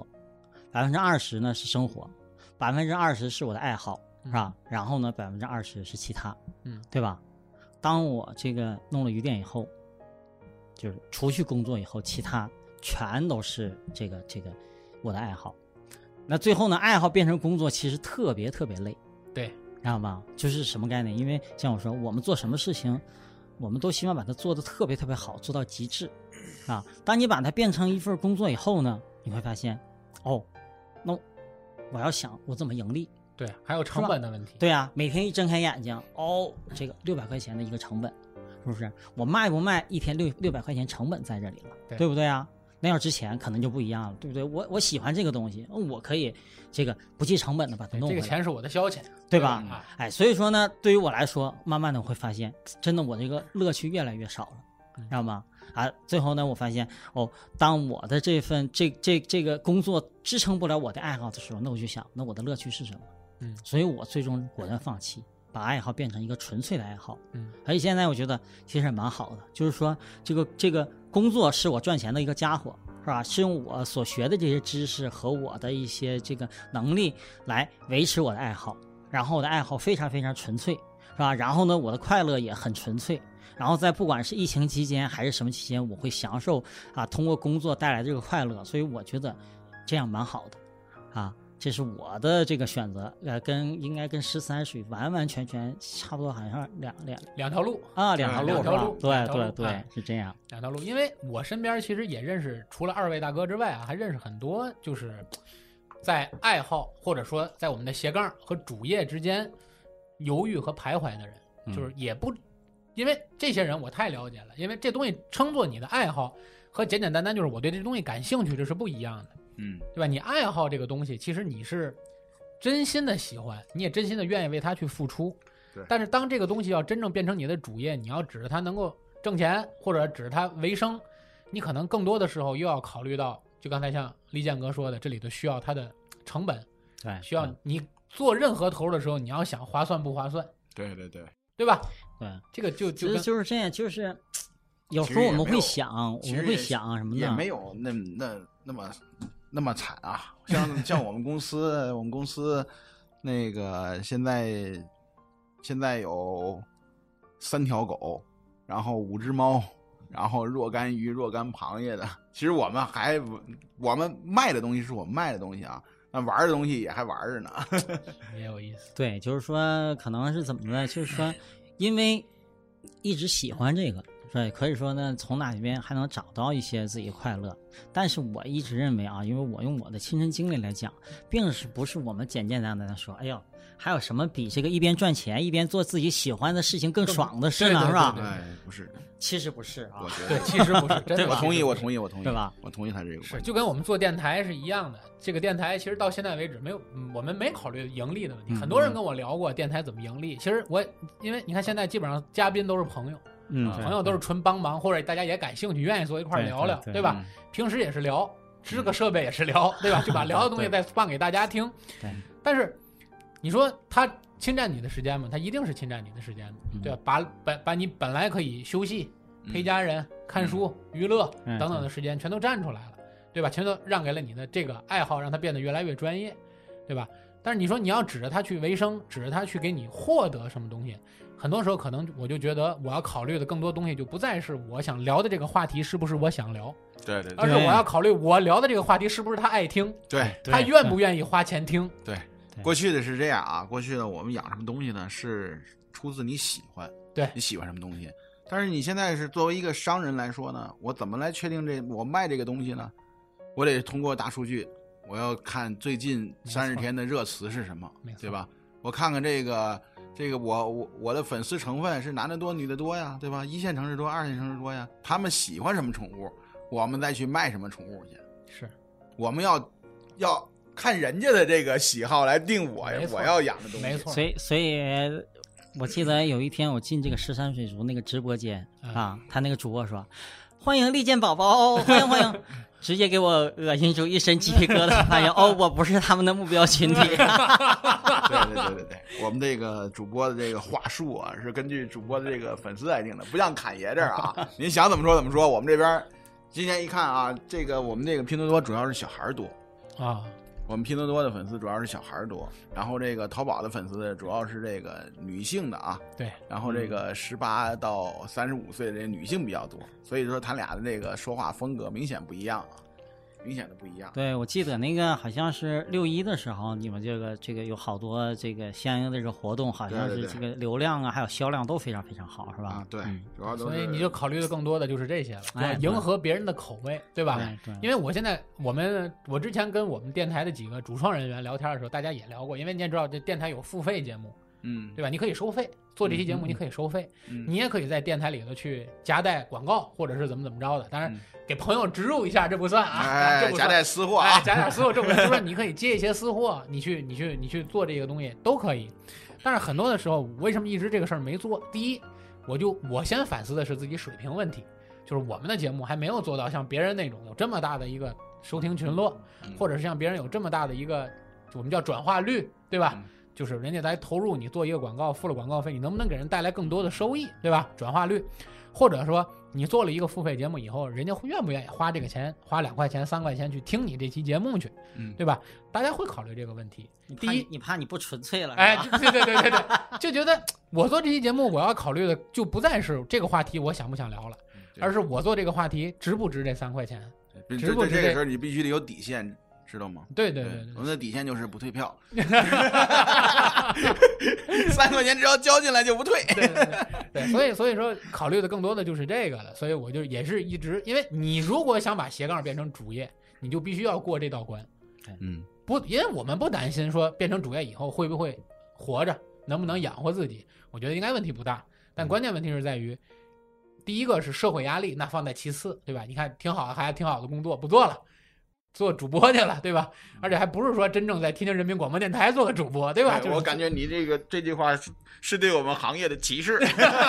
，20%呢是生活，20%是我的爱好，是吧？然后呢20%是其他，对吧？当我这个弄了鱼店以后，就是除去工作以后，其他全都是这个我的爱好。那最后呢，爱好变成工作，其实特别累， 对， 知道吗？就是什么概念？因为像我说，我们做什么事情，我们都希望把它做得特别好，做到极致啊。当你把它变成一份工作以后呢，你会发现，哦，那我要想我怎么盈利？ 对，还有成本的问题。 对啊，每天一睁开眼睛，哦，这个600块钱的一个成本，是不是？我卖不卖一天600块钱成本在这里了，对不对啊？那要之前可能就不一样了，对不对？我喜欢这个东西，我可以这个不计成本的把它弄回来， 这个钱是我的消遣， 对吧？哎，所以说呢，对于我来说，慢慢的我会发现，真的我这个乐趣越来越少了，知道吗？啊，最后呢，我发现哦，当我的这份这个工作支撑不了我的爱好的时候，那我就想，那我的乐趣是什么？所以我最终果断放弃，把爱好变成一个纯粹的爱好。而且现在我觉得其实蛮好的，就是说这个工作是我赚钱的一个家伙，是吧？是用我所学的这些知识和我的一些这个能力来维持我的爱好，然后我的爱好非常纯粹，是吧？然后呢，我的快乐也很纯粹。然后在不管是疫情期间还是什么期间，我会享受通过工作带来这个快乐，所以我觉得这样蛮好的啊。这是我的这个选择，应该跟13属于完全差不多，好像两条路啊，两条路，对，是这样， 两条路。因为我身边其实也认识，除了2位大哥之外还认识很多就是在爱好或者说在我们的斜杠和主业之间犹豫和徘徊的人，就是也不，因为这些人我太了解了，因为这东西称作你的爱好和简简单单就是我对这东西感兴趣，这是不一样的。对吧？你爱好这个东西，其实你是真心的喜欢，你也真心的愿意为它去付出。 对。 但是当这个东西要真正变成你的主业，你要指着它能够挣钱，或者指着它为生，你可能更多的时候又要考虑到，就刚才像李建哥说的，这里头需要它的成本， 对， 需要你做任何投的时候，你要想划算不划算。 对， 对吧？ 对， 这个就是这样，就是有时候我们会想，什么的， 也没有那么惨啊。像我们公司，那个现在有3条狗，然后5只猫，然后若干鱼、若干螃蟹的。其实我们卖的东西是我们卖的东西啊，那玩的东西也还玩着呢。 也有意思。 对，就是说可能是怎么的，就是说因为一直喜欢这个。对，可以说呢，从那里边还能找到一些自己快乐。但是我一直认为啊，因为我用我的亲身经历来讲，并不是我们简简单单的说，哎呦，还有什么比这个一边赚钱一边做自己喜欢的事情更爽的事呢？是吧？ 哎，不是， 其实不是啊。 我觉得对，其实不是，真的。 我同意， 对吧？ 我同意他这个。 是，就跟我们做电台是一样的。这个电台其实到现在为止我们没考虑盈利的问题。很多人跟我聊过电台怎么盈利，其实因为你看现在基本上嘉宾都是朋友。朋友都是纯帮忙，或者大家也感兴趣，愿意坐一块聊聊，对吧？平时也是聊，支个设备也是聊，对吧？就把聊的东西再放给大家听。 对。 但是你说他侵占你的时间吗？他一定是侵占你的时间的，对吧？把你本来可以休息、陪家人、看书、娱乐等等的时间全都占出来了，对吧？全都让给了你的这个爱好，让它变得越来越专业，对吧？但是你说你要指着他去维生，指着他去给你获得什么东西？很多时候可能我就觉得我要考虑的更多东西就不再是我想聊的这个话题是不是我想聊， 对， 而是我要考虑我聊的这个话题是不是他爱听， 对， 他愿不愿意花钱听。 对，过去的是这样啊，过去的我们养什么东西呢是出自你喜欢， 对， 你喜欢什么东西。但是你现在是作为一个商人来说呢，我怎么来确定我卖这个东西呢？我得通过大数据，我要看最近30天的热词是什么，对吧？我看看这个我的粉丝成分是男的多女的多呀，对吧？1线城市多，2线城市多呀，他们喜欢什么宠物，我们再去卖什么宠物去。 是， 我们要看人家的这个喜好来定我要养的东西。 没错。 所以我记得有一天我进这个13水族那个直播间啊，他那个主播说：“欢迎利剑宝宝，欢迎。”直接给我恶心出一身鸡皮疙瘩，发现我不是他们的目标群体。 对，我们这个主播的这个话术啊，是根据主播的这个粉丝来定的，不像侃爷这儿啊，您想怎么说怎么说。我们这边今天一看啊，这个我们这个拼多多主要是小孩多啊。 我们拼多多的粉丝主要是小孩多，然后这个淘宝的粉丝主要是这个女性的啊， 对， 然后这个18到35岁的这女性比较多，所以说他俩的这个说话风格明显不一样啊，明显的不一样。 对，我记得那个好像是6·1的时候，你们这个有好多这个相应的这个活动，好像是这个流量啊，还有销量都非常非常好，是吧？ 啊，对，主要都是。 所以你就考虑的更多的就是这些了，要迎合别人的口味，对吧？ 对。 因为我之前跟我们电台的几个主创人员聊天的时候，大家也聊过，因为你也知道这电台有付费节目，对吧？你可以收费做这期节目，你可以收费，你也可以在电台里头去夹带广告，或者是怎么着的。当然，给朋友植入一下这不算啊，这不算夹带私货啊， 夹点私货这不算。就是说你可以接一些私货，你去做这个东西都可以。但是很多的时候，为什么一直这个事儿没做？第一，我先反思的是自己水平问题，就是我们的节目还没有做到像别人那种有这么大的一个收听群落，或者是像别人有这么大的一个我们叫转化率，对吧？就是人家来投入你做一个广告，付了广告费，你能不能给人带来更多的收益，对吧？转化率，或者说你做了一个付费节目以后，人家愿不愿意花这个钱，花2块钱、3块钱去听你这期节目去，对吧？大家会考虑这个问题。第一， 你怕你不纯粹了， 哎，对，就觉得我做这期节目，我要考虑的就不再是这个话题我想不想聊了，而是我做这个话题值不值这3块钱，值不值这个时候你必须得有底线。知道吗？ 对， 我们的底线就是不退票，3块钱只要交进来就不退。 对，所以说考虑的更多的就是这个了。所以我就也是一直，因为你如果想把斜杠变成主业，你就必须要过这道关。不，因为我们不担心说变成主业以后会不会活着，能不能养活自己，我觉得应该问题不大。但关键问题是在于，第一个是社会压力，那放在其次，对吧？你看挺好的，还挺好的工作不做了。做主播去了，对吧？而且还不是说真正在天津人民广播电台做个主播，对吧？ 我感觉你这句话是对我们行业的歧视。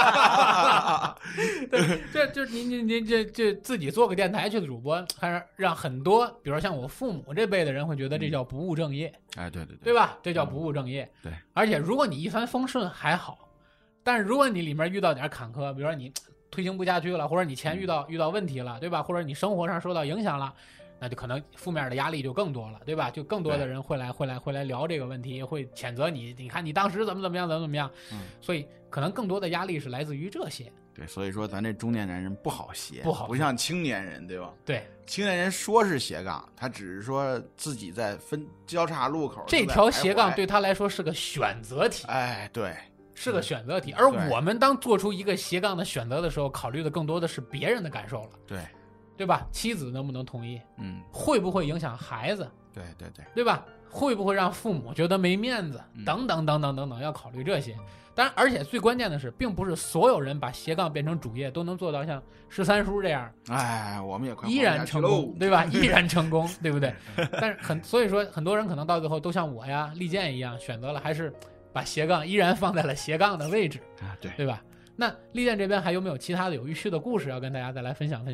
对，这您这自己做个电台去的主播，还是让很多，比如说像我父母这辈的人会觉得这叫不务正业。 哎，对， 对吧？这叫不务正业。 对， 而且如果你一帆风顺还好，但是如果你里面遇到点坎坷，比如说你推行不下去了，或者你钱遇到问题了，对吧？或者你生活上受到影响了，那就可能负面的压力就更多了，对吧？就更多的人会来聊这个问题，会谴责你，你看你当时怎么样，所以可能更多的压力是来自于这些。 对，所以说咱这中年男人不好斜， 不像青年人，对吧？ 对， 青年人说是斜杠，他只是说自己在分交叉路口， 这条斜杠对他来说是个选择题。 哎，对， 是个选择题。而我们当做出一个斜杠的选择的时候，考虑的更多的是别人的感受了。对吧？妻子能不能同意？会不会影响孩子？对吧？会不会让父母觉得没面子？等等，要考虑这些。当然，而且最关键的是，并不是所有人把斜杠变成主业都能做到像13叔这样， 哎，我们也快依然成功，对吧？依然成功，对不对？但是所以说很多人可能到最后都像我呀、利剑一样，选择了还是把斜杠依然放在了斜杠的位置啊， 对吧？那利剑这边还有没有其他的有趣的故事要跟大家再来分享呢？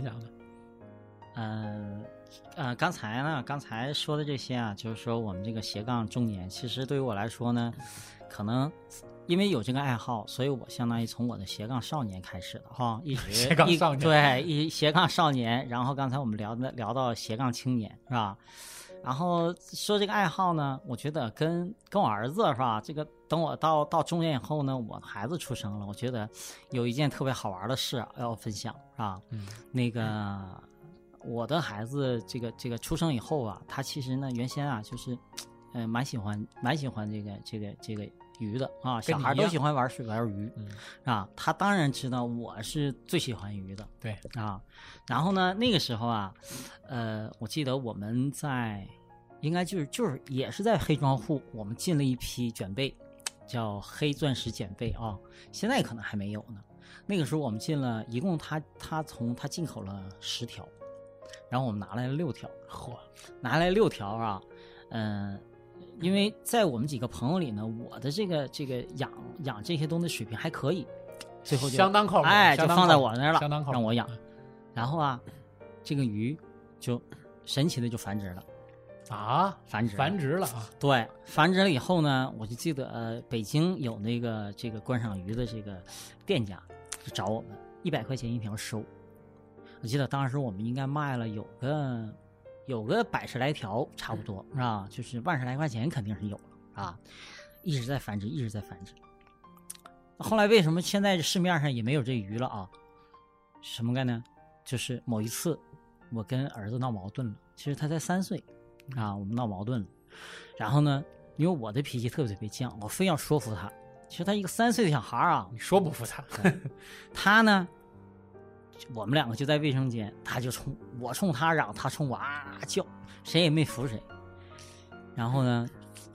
刚才说的这些啊，就是说我们这个斜杠中年，其实对于我来说呢，可能因为有这个爱好，所以我相当于从我的斜杠少年开始的哈，一直斜杠少年， 对，斜杠少年，然后刚才我们聊到斜杠青年，是吧？然后说这个爱好呢，我觉得跟我儿子是吧？这个等我到中年以后呢，我的孩子出生了，我觉得有一件特别好玩的事要分享，是吧？那个我的孩子这个出生以后啊，他其实呢原先啊就是蛮喜欢这个鱼的啊，小孩都喜欢玩水玩鱼啊，他当然知道我是最喜欢鱼的， 对啊，然后呢那个时候啊我记得我们在应该就是也是在黑庄户，我们进了一批卷贝，叫黑钻石卷贝啊，现在可能还没有呢。那个时候我们进了一共他进口了10条，然后我们拿来了6条，拿来6条啊，因为在我们几个朋友里呢，我的这个养这些东西水平还可以，最后就相当靠谱， 就放在我那儿了， 相当靠谱， 让我养。然后啊，这个鱼就神奇的就繁殖了啊，繁殖了啊！ 对，繁殖了以后呢，我就记得北京有那个这个观赏鱼的这个店家就找我们，100块钱一条收。我记得当时我们应该卖了有个100来条，差不多是吧？就是万10来块钱肯定是有了啊，一直在繁殖。后来为什么现在市面上也没有这鱼了啊？什么概念？就是某一次我跟儿子闹矛盾了，其实他才3岁啊，我们闹矛盾了。然后呢，因为我的脾气特别犟，我非要说服他。其实他一个3岁的小孩啊， 你说不服他， 他呢？我们2个就在卫生间，他就我冲他嚷，他冲我啊叫，谁也没服谁。然后呢，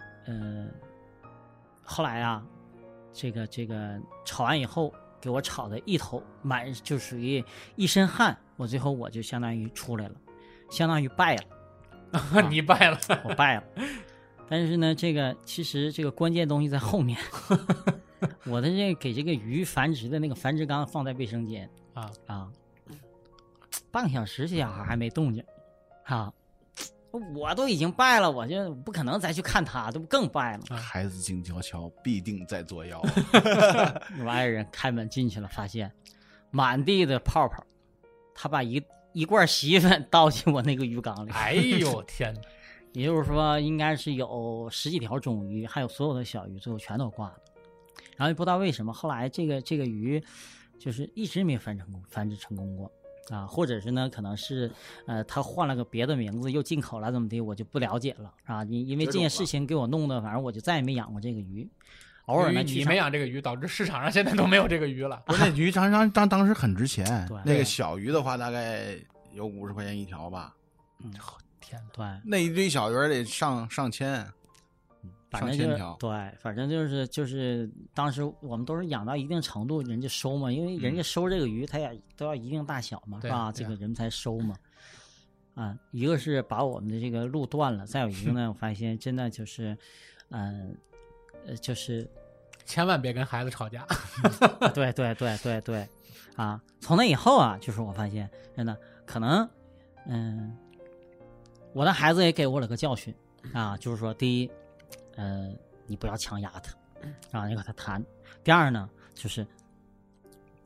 后来啊，这个吵完以后，给我吵的一头就属于一身汗，我最后我就相当于出来了，相当于败了。 你败了， 我败了。但是呢，其实这个关键东西在后面。我的给这个鱼繁殖的那个繁殖缸放在卫生间半个小时，这小孩还没动静啊！我都已经败了，我就不可能再去看他，这不更败了？ 孩子静悄悄，必定在作妖。 外人开门进去了，发现满地的泡泡，他把一罐稀粉倒进我那个鱼缸里。 哎呦天哪！ 也就是说，应该是有10几条中鱼，还有所有的小鱼，最后全都挂了。然后也不知道为什么，后来这个鱼就是一直没繁殖成功过啊，或者是呢，可能是他换了个别的名字，又进口了怎么的，我就不了解了啊。因为这件事情给我弄的，反正我就再也没养过这个鱼。偶尔呢， 你没养这个鱼，导致市场上现在都没有这个鱼了。 不是那鱼当时很值钱，那个小鱼的话大概有50块钱一条吧。 天，对， 那一堆小鱼得上千。 反正就是对，反正就是当时我们都是养到一定程度，人家收嘛，因为人家收这个鱼，他也都要一定大小嘛，是吧？这个人才收嘛。一个是把我们的这个路断了，再有一个呢，我发现真的就是，就是千万别跟孩子吵架。 对，从那以后啊，就是我发现真的可能，我的孩子也给我了个教训啊，就是说第一。你不要强压他，你和他谈。第二呢，就是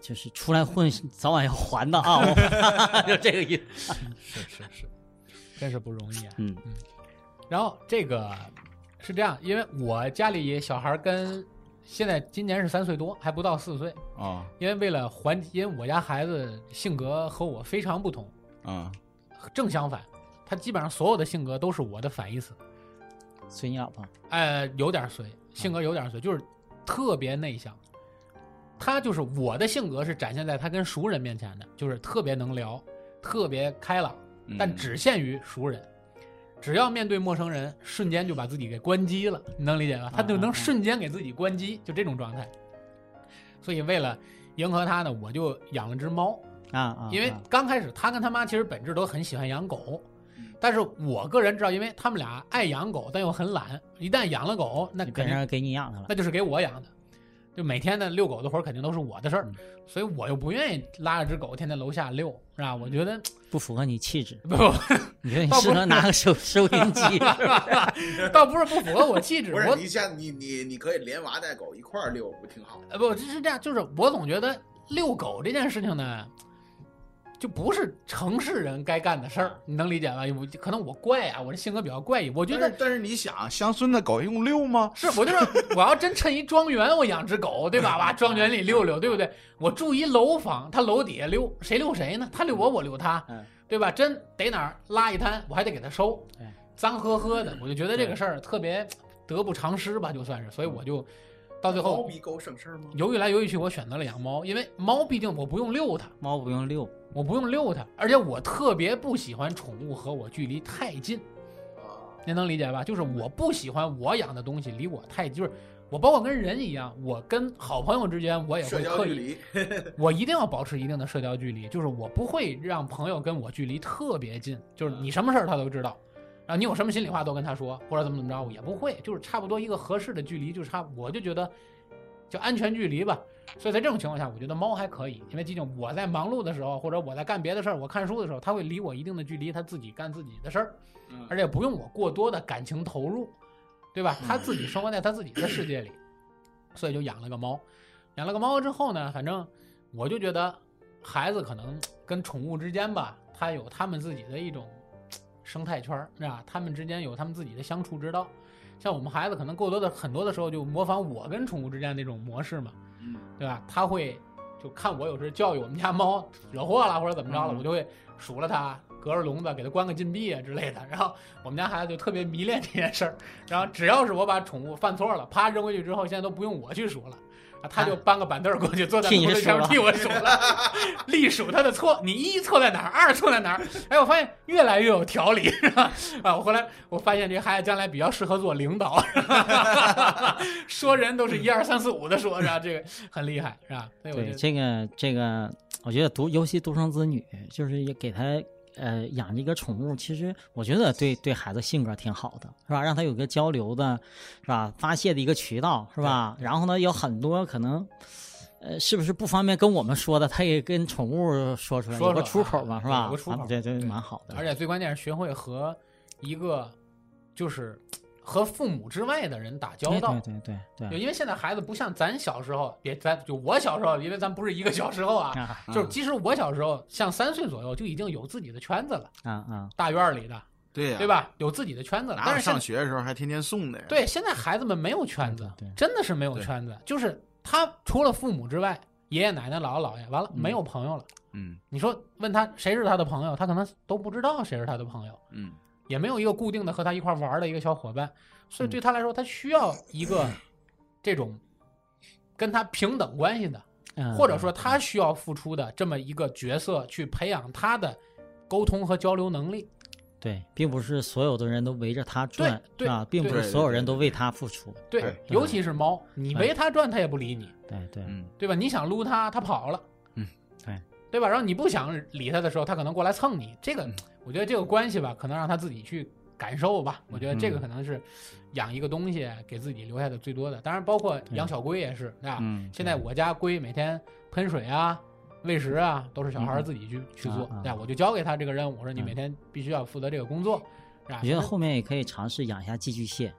就是出来混早晚要还的啊，就这个意思。 是，真是不容易啊。 嗯。 然后这个是这样，因为我家里小孩跟现在今年是3岁多，还不到4岁啊。 因为为了因为我家孩子性格和我非常不同啊， 正相反，他基本上所有的性格都是我的反义词。 随你老婆？ 有点随，性格有点随，就是特别内向。他就是我的性格是展现在他跟熟人面前的，就是特别能聊，特别开朗，但只限于熟人。只要面对陌生人，瞬间就把自己给关机了，你能理解吧？他就能瞬间给自己关机，就这种状态。所以为了迎合他呢，我就养了只猫啊。 因为刚开始他跟他妈其实本质都很喜欢养狗，但是我个人知道，因为他们俩爱养狗，但又很懒，一旦养了狗，那肯定给你养的了， 那就是给我养的。就每天的遛狗的活肯定都是我的事儿，所以我又不愿意拉着只狗天天楼下遛，是吧？我觉得不符合你气质。 不， 你觉得你适合拿个收音机？ 倒不是不符合我气质。 不是，你像你可以连娃带狗一块儿遛，不挺好？ 不，是这样，就是我总觉得遛狗这件事情呢，就不是城市人该干的事儿，你能理解吧？可能我怪啊，我这性格比较怪异，我觉得。 但是你想，乡村的狗用遛吗？ 是，我就说我要真趁一庄园，我养只狗，对吧？哇，庄园里遛遛，对不对？我住一楼房，他楼底下遛，谁遛谁呢？他遛我，我遛他，对吧？真得哪儿拉一滩，我还得给他收，脏呵呵的，我就觉得这个事儿特别得不偿失吧，就算是，所以我就。到最后， 猫比狗省事吗？ 犹豫来犹豫去，我选择了养猫，因为猫毕竟我不用遛它， 猫不用遛， 我不用遛它，而且我特别不喜欢宠物和我距离太近，您能理解吧？就是我不喜欢我养的东西离我太近，就是我包括跟人一样，我跟好朋友之间我也会刻意，我一定要保持一定的社交距离，就是我不会让朋友跟我距离特别近，就是你什么事儿他都知道。然后你有什么心里话都跟他说，或者怎么着，也不会，就是差不多一个合适的距离，我就觉得就安全距离吧。所以在这种情况下，我觉得猫还可以，因为毕竟我在忙碌的时候，或者我在干别的事儿，我看书的时候，它会离我一定的距离，它自己干自己的事儿，而且不用我过多的感情投入，对吧？它自己生活在它自己的世界里，所以就养了个猫。养了个猫之后呢，反正我就觉得孩子可能跟宠物之间吧，它有他们自己的一种生态圈，是吧？他们之间有他们自己的相处之道。像我们孩子可能很多的时候就模仿我跟宠物之间那种模式嘛，对吧？他会就看我有时教育我们家猫惹祸了或者怎么着了，我就会数了它，隔着笼子给它关个禁闭啊之类的。然后我们家孩子就特别迷恋这件事儿，然后只要是我把宠物犯错了，啪扔回去之后，现在都不用我去数了。他就搬个板凳过去，坐在桌子上替我数了，力数他的错。你一错在哪儿，二错在哪儿？哎，我发现越来越有条理，是吧？啊，后来我发现这孩子将来比较适合做领导，说人都是1、2、3、4、5的说，是吧？这个很厉害，是吧？ 对，这个，我觉得尤其独生子女，就是也给他。养这个宠物，其实我觉得对孩子性格挺好的，是吧？让他有个交流的，是吧？发泄的一个渠道，是吧？然后呢，有很多可能，是不是不方便跟我们说的，他也跟宠物说出来，有个出口嘛，是吧？ 有个出口， 对，蛮好的。 而且最关键是学会和一个就是和父母之外的人打交道。 对， 因为现在孩子不像咱小时候，就我小时候，因为咱不是一个小时候啊，就是即使我小时候像3岁左右就已经有自己的圈子了大院里的， 对吧？有自己的圈子了。但是上学的时候还天天送的呀。 对，现在孩子们没有圈子，真的是没有圈子，就是他除了父母之外，爷爷奶奶、姥姥姥爷，完了没有朋友了。你说问他谁是他的朋友，他可能都不知道谁是他的朋友。也没有一个固定的和他一块玩的一个小伙伴，所以对他来说，他需要一个这种跟他平等关系的，或者说他需要付出的这么一个角色，去培养他的沟通和交流能力。 对，并不是所有的人都围着他转， 对啊，并不是所有人都为他付出。 对，尤其是猫，你围他转，他也不理你。 对吧？你想撸他，他跑了。对吧？然后你不想理他的时候，他可能过来蹭你。这个，我觉得这个关系吧，可能让他自己去感受吧。我觉得这个可能是养一个东西给自己留下的最多的。当然，包括养小龟也是啊。现在我家龟每天喷水啊、喂食啊，都是小孩自己去做。对，我就交给他这个任务，我说你每天必须要负责这个工作。 我觉得后面也可以尝试养一下寄居蟹。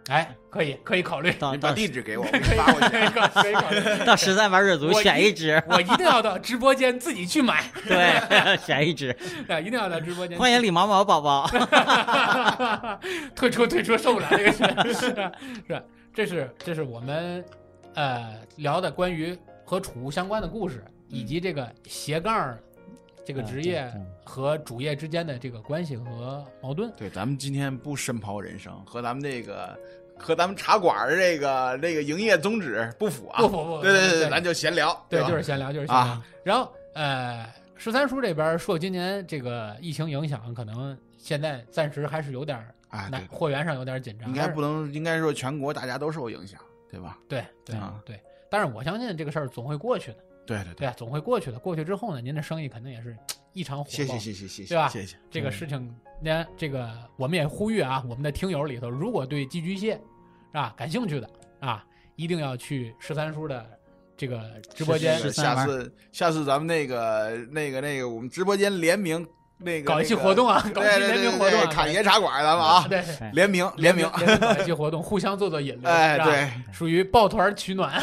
哎，可以考虑。 你把地址给我，我给你发过去。 可以考虑。 到13玩热族选一只， 我一定要到直播间自己去买。 对，选一只， 一定要到直播间。 欢迎李毛毛宝宝。 退出受不了这个是，这是我们聊的关于和宠物相关的故事，以及这个斜杠这个职业和主业之间的这个关系和矛盾。 对，咱们今天不深刨人生，和咱们茶馆这个营业宗旨不符啊！ 不， 对，咱就闲聊， 对，就是闲聊啊。然后13叔这边说，今年这个疫情影响，可能现在暂时还是有点货源上有点紧张， 应该说全国大家都受影响，对吧？ 对，但是我相信这个事儿总会过去的。对，总会过去的。过去之后呢，您的生意肯定也是异常火爆。谢谢， 对吧？ 谢谢。 这个事情呢，这个我们也呼吁啊，我们的听友里头，如果对寄居蟹感兴趣的一定要去13叔的这个直播间。 下次咱们那个我们直播间联名。 搞一期活动啊，搞一期联名活动， 侃爷茶馆咱们啊， 对， 联名搞一期活动，互相做引流， 对， 属于抱团取暖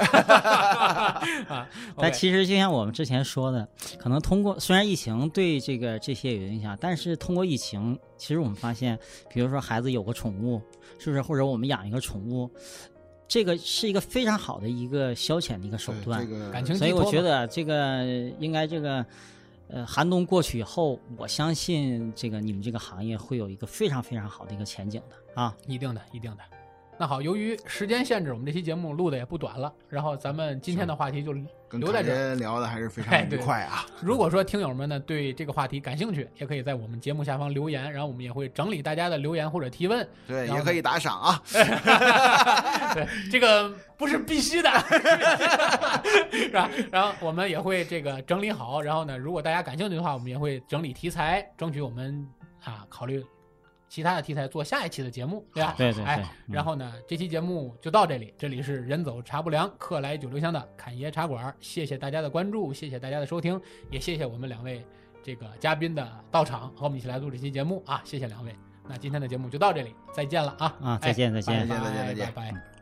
但其实就像我们之前说的，可能通过虽然疫情对这些有影响，但是通过疫情，其实我们发现，比如说孩子有个宠物，是不是？或者我们养一个宠物。这个是一个非常好的一个消遣的一个手段， 感情寄托。 所以我觉得这个应该寒冬过去以后，我相信你们这个行业会有一个非常非常好的一个前景的啊！ 一定的。那好，由于时间限制，我们这期节目录的也不短了，然后咱们今天的话题就留在这儿。 聊的还是非常愉快啊！ 如果说听友们呢对这个话题感兴趣，也可以在我们节目下方留言，然后我们也会整理大家的留言或者提问。 对，也可以打赏啊。 对，这个不是必须的，是吧？然后我们也会这个整理好，然后呢，如果大家感兴趣的话，我们也会整理题材，争取我们考虑其他的题材做下一期的节目，对吧？ 对。 然后呢，这期节目就到这里。这里是人走茶不凉，客来酒留香的侃爷茶馆。谢谢大家的关注，谢谢大家的收听，也谢谢我们2位这个嘉宾的到场，和我们一起来录这期节目啊！谢谢2位。那今天的节目就到这里，再见了啊！ 再见， 拜拜。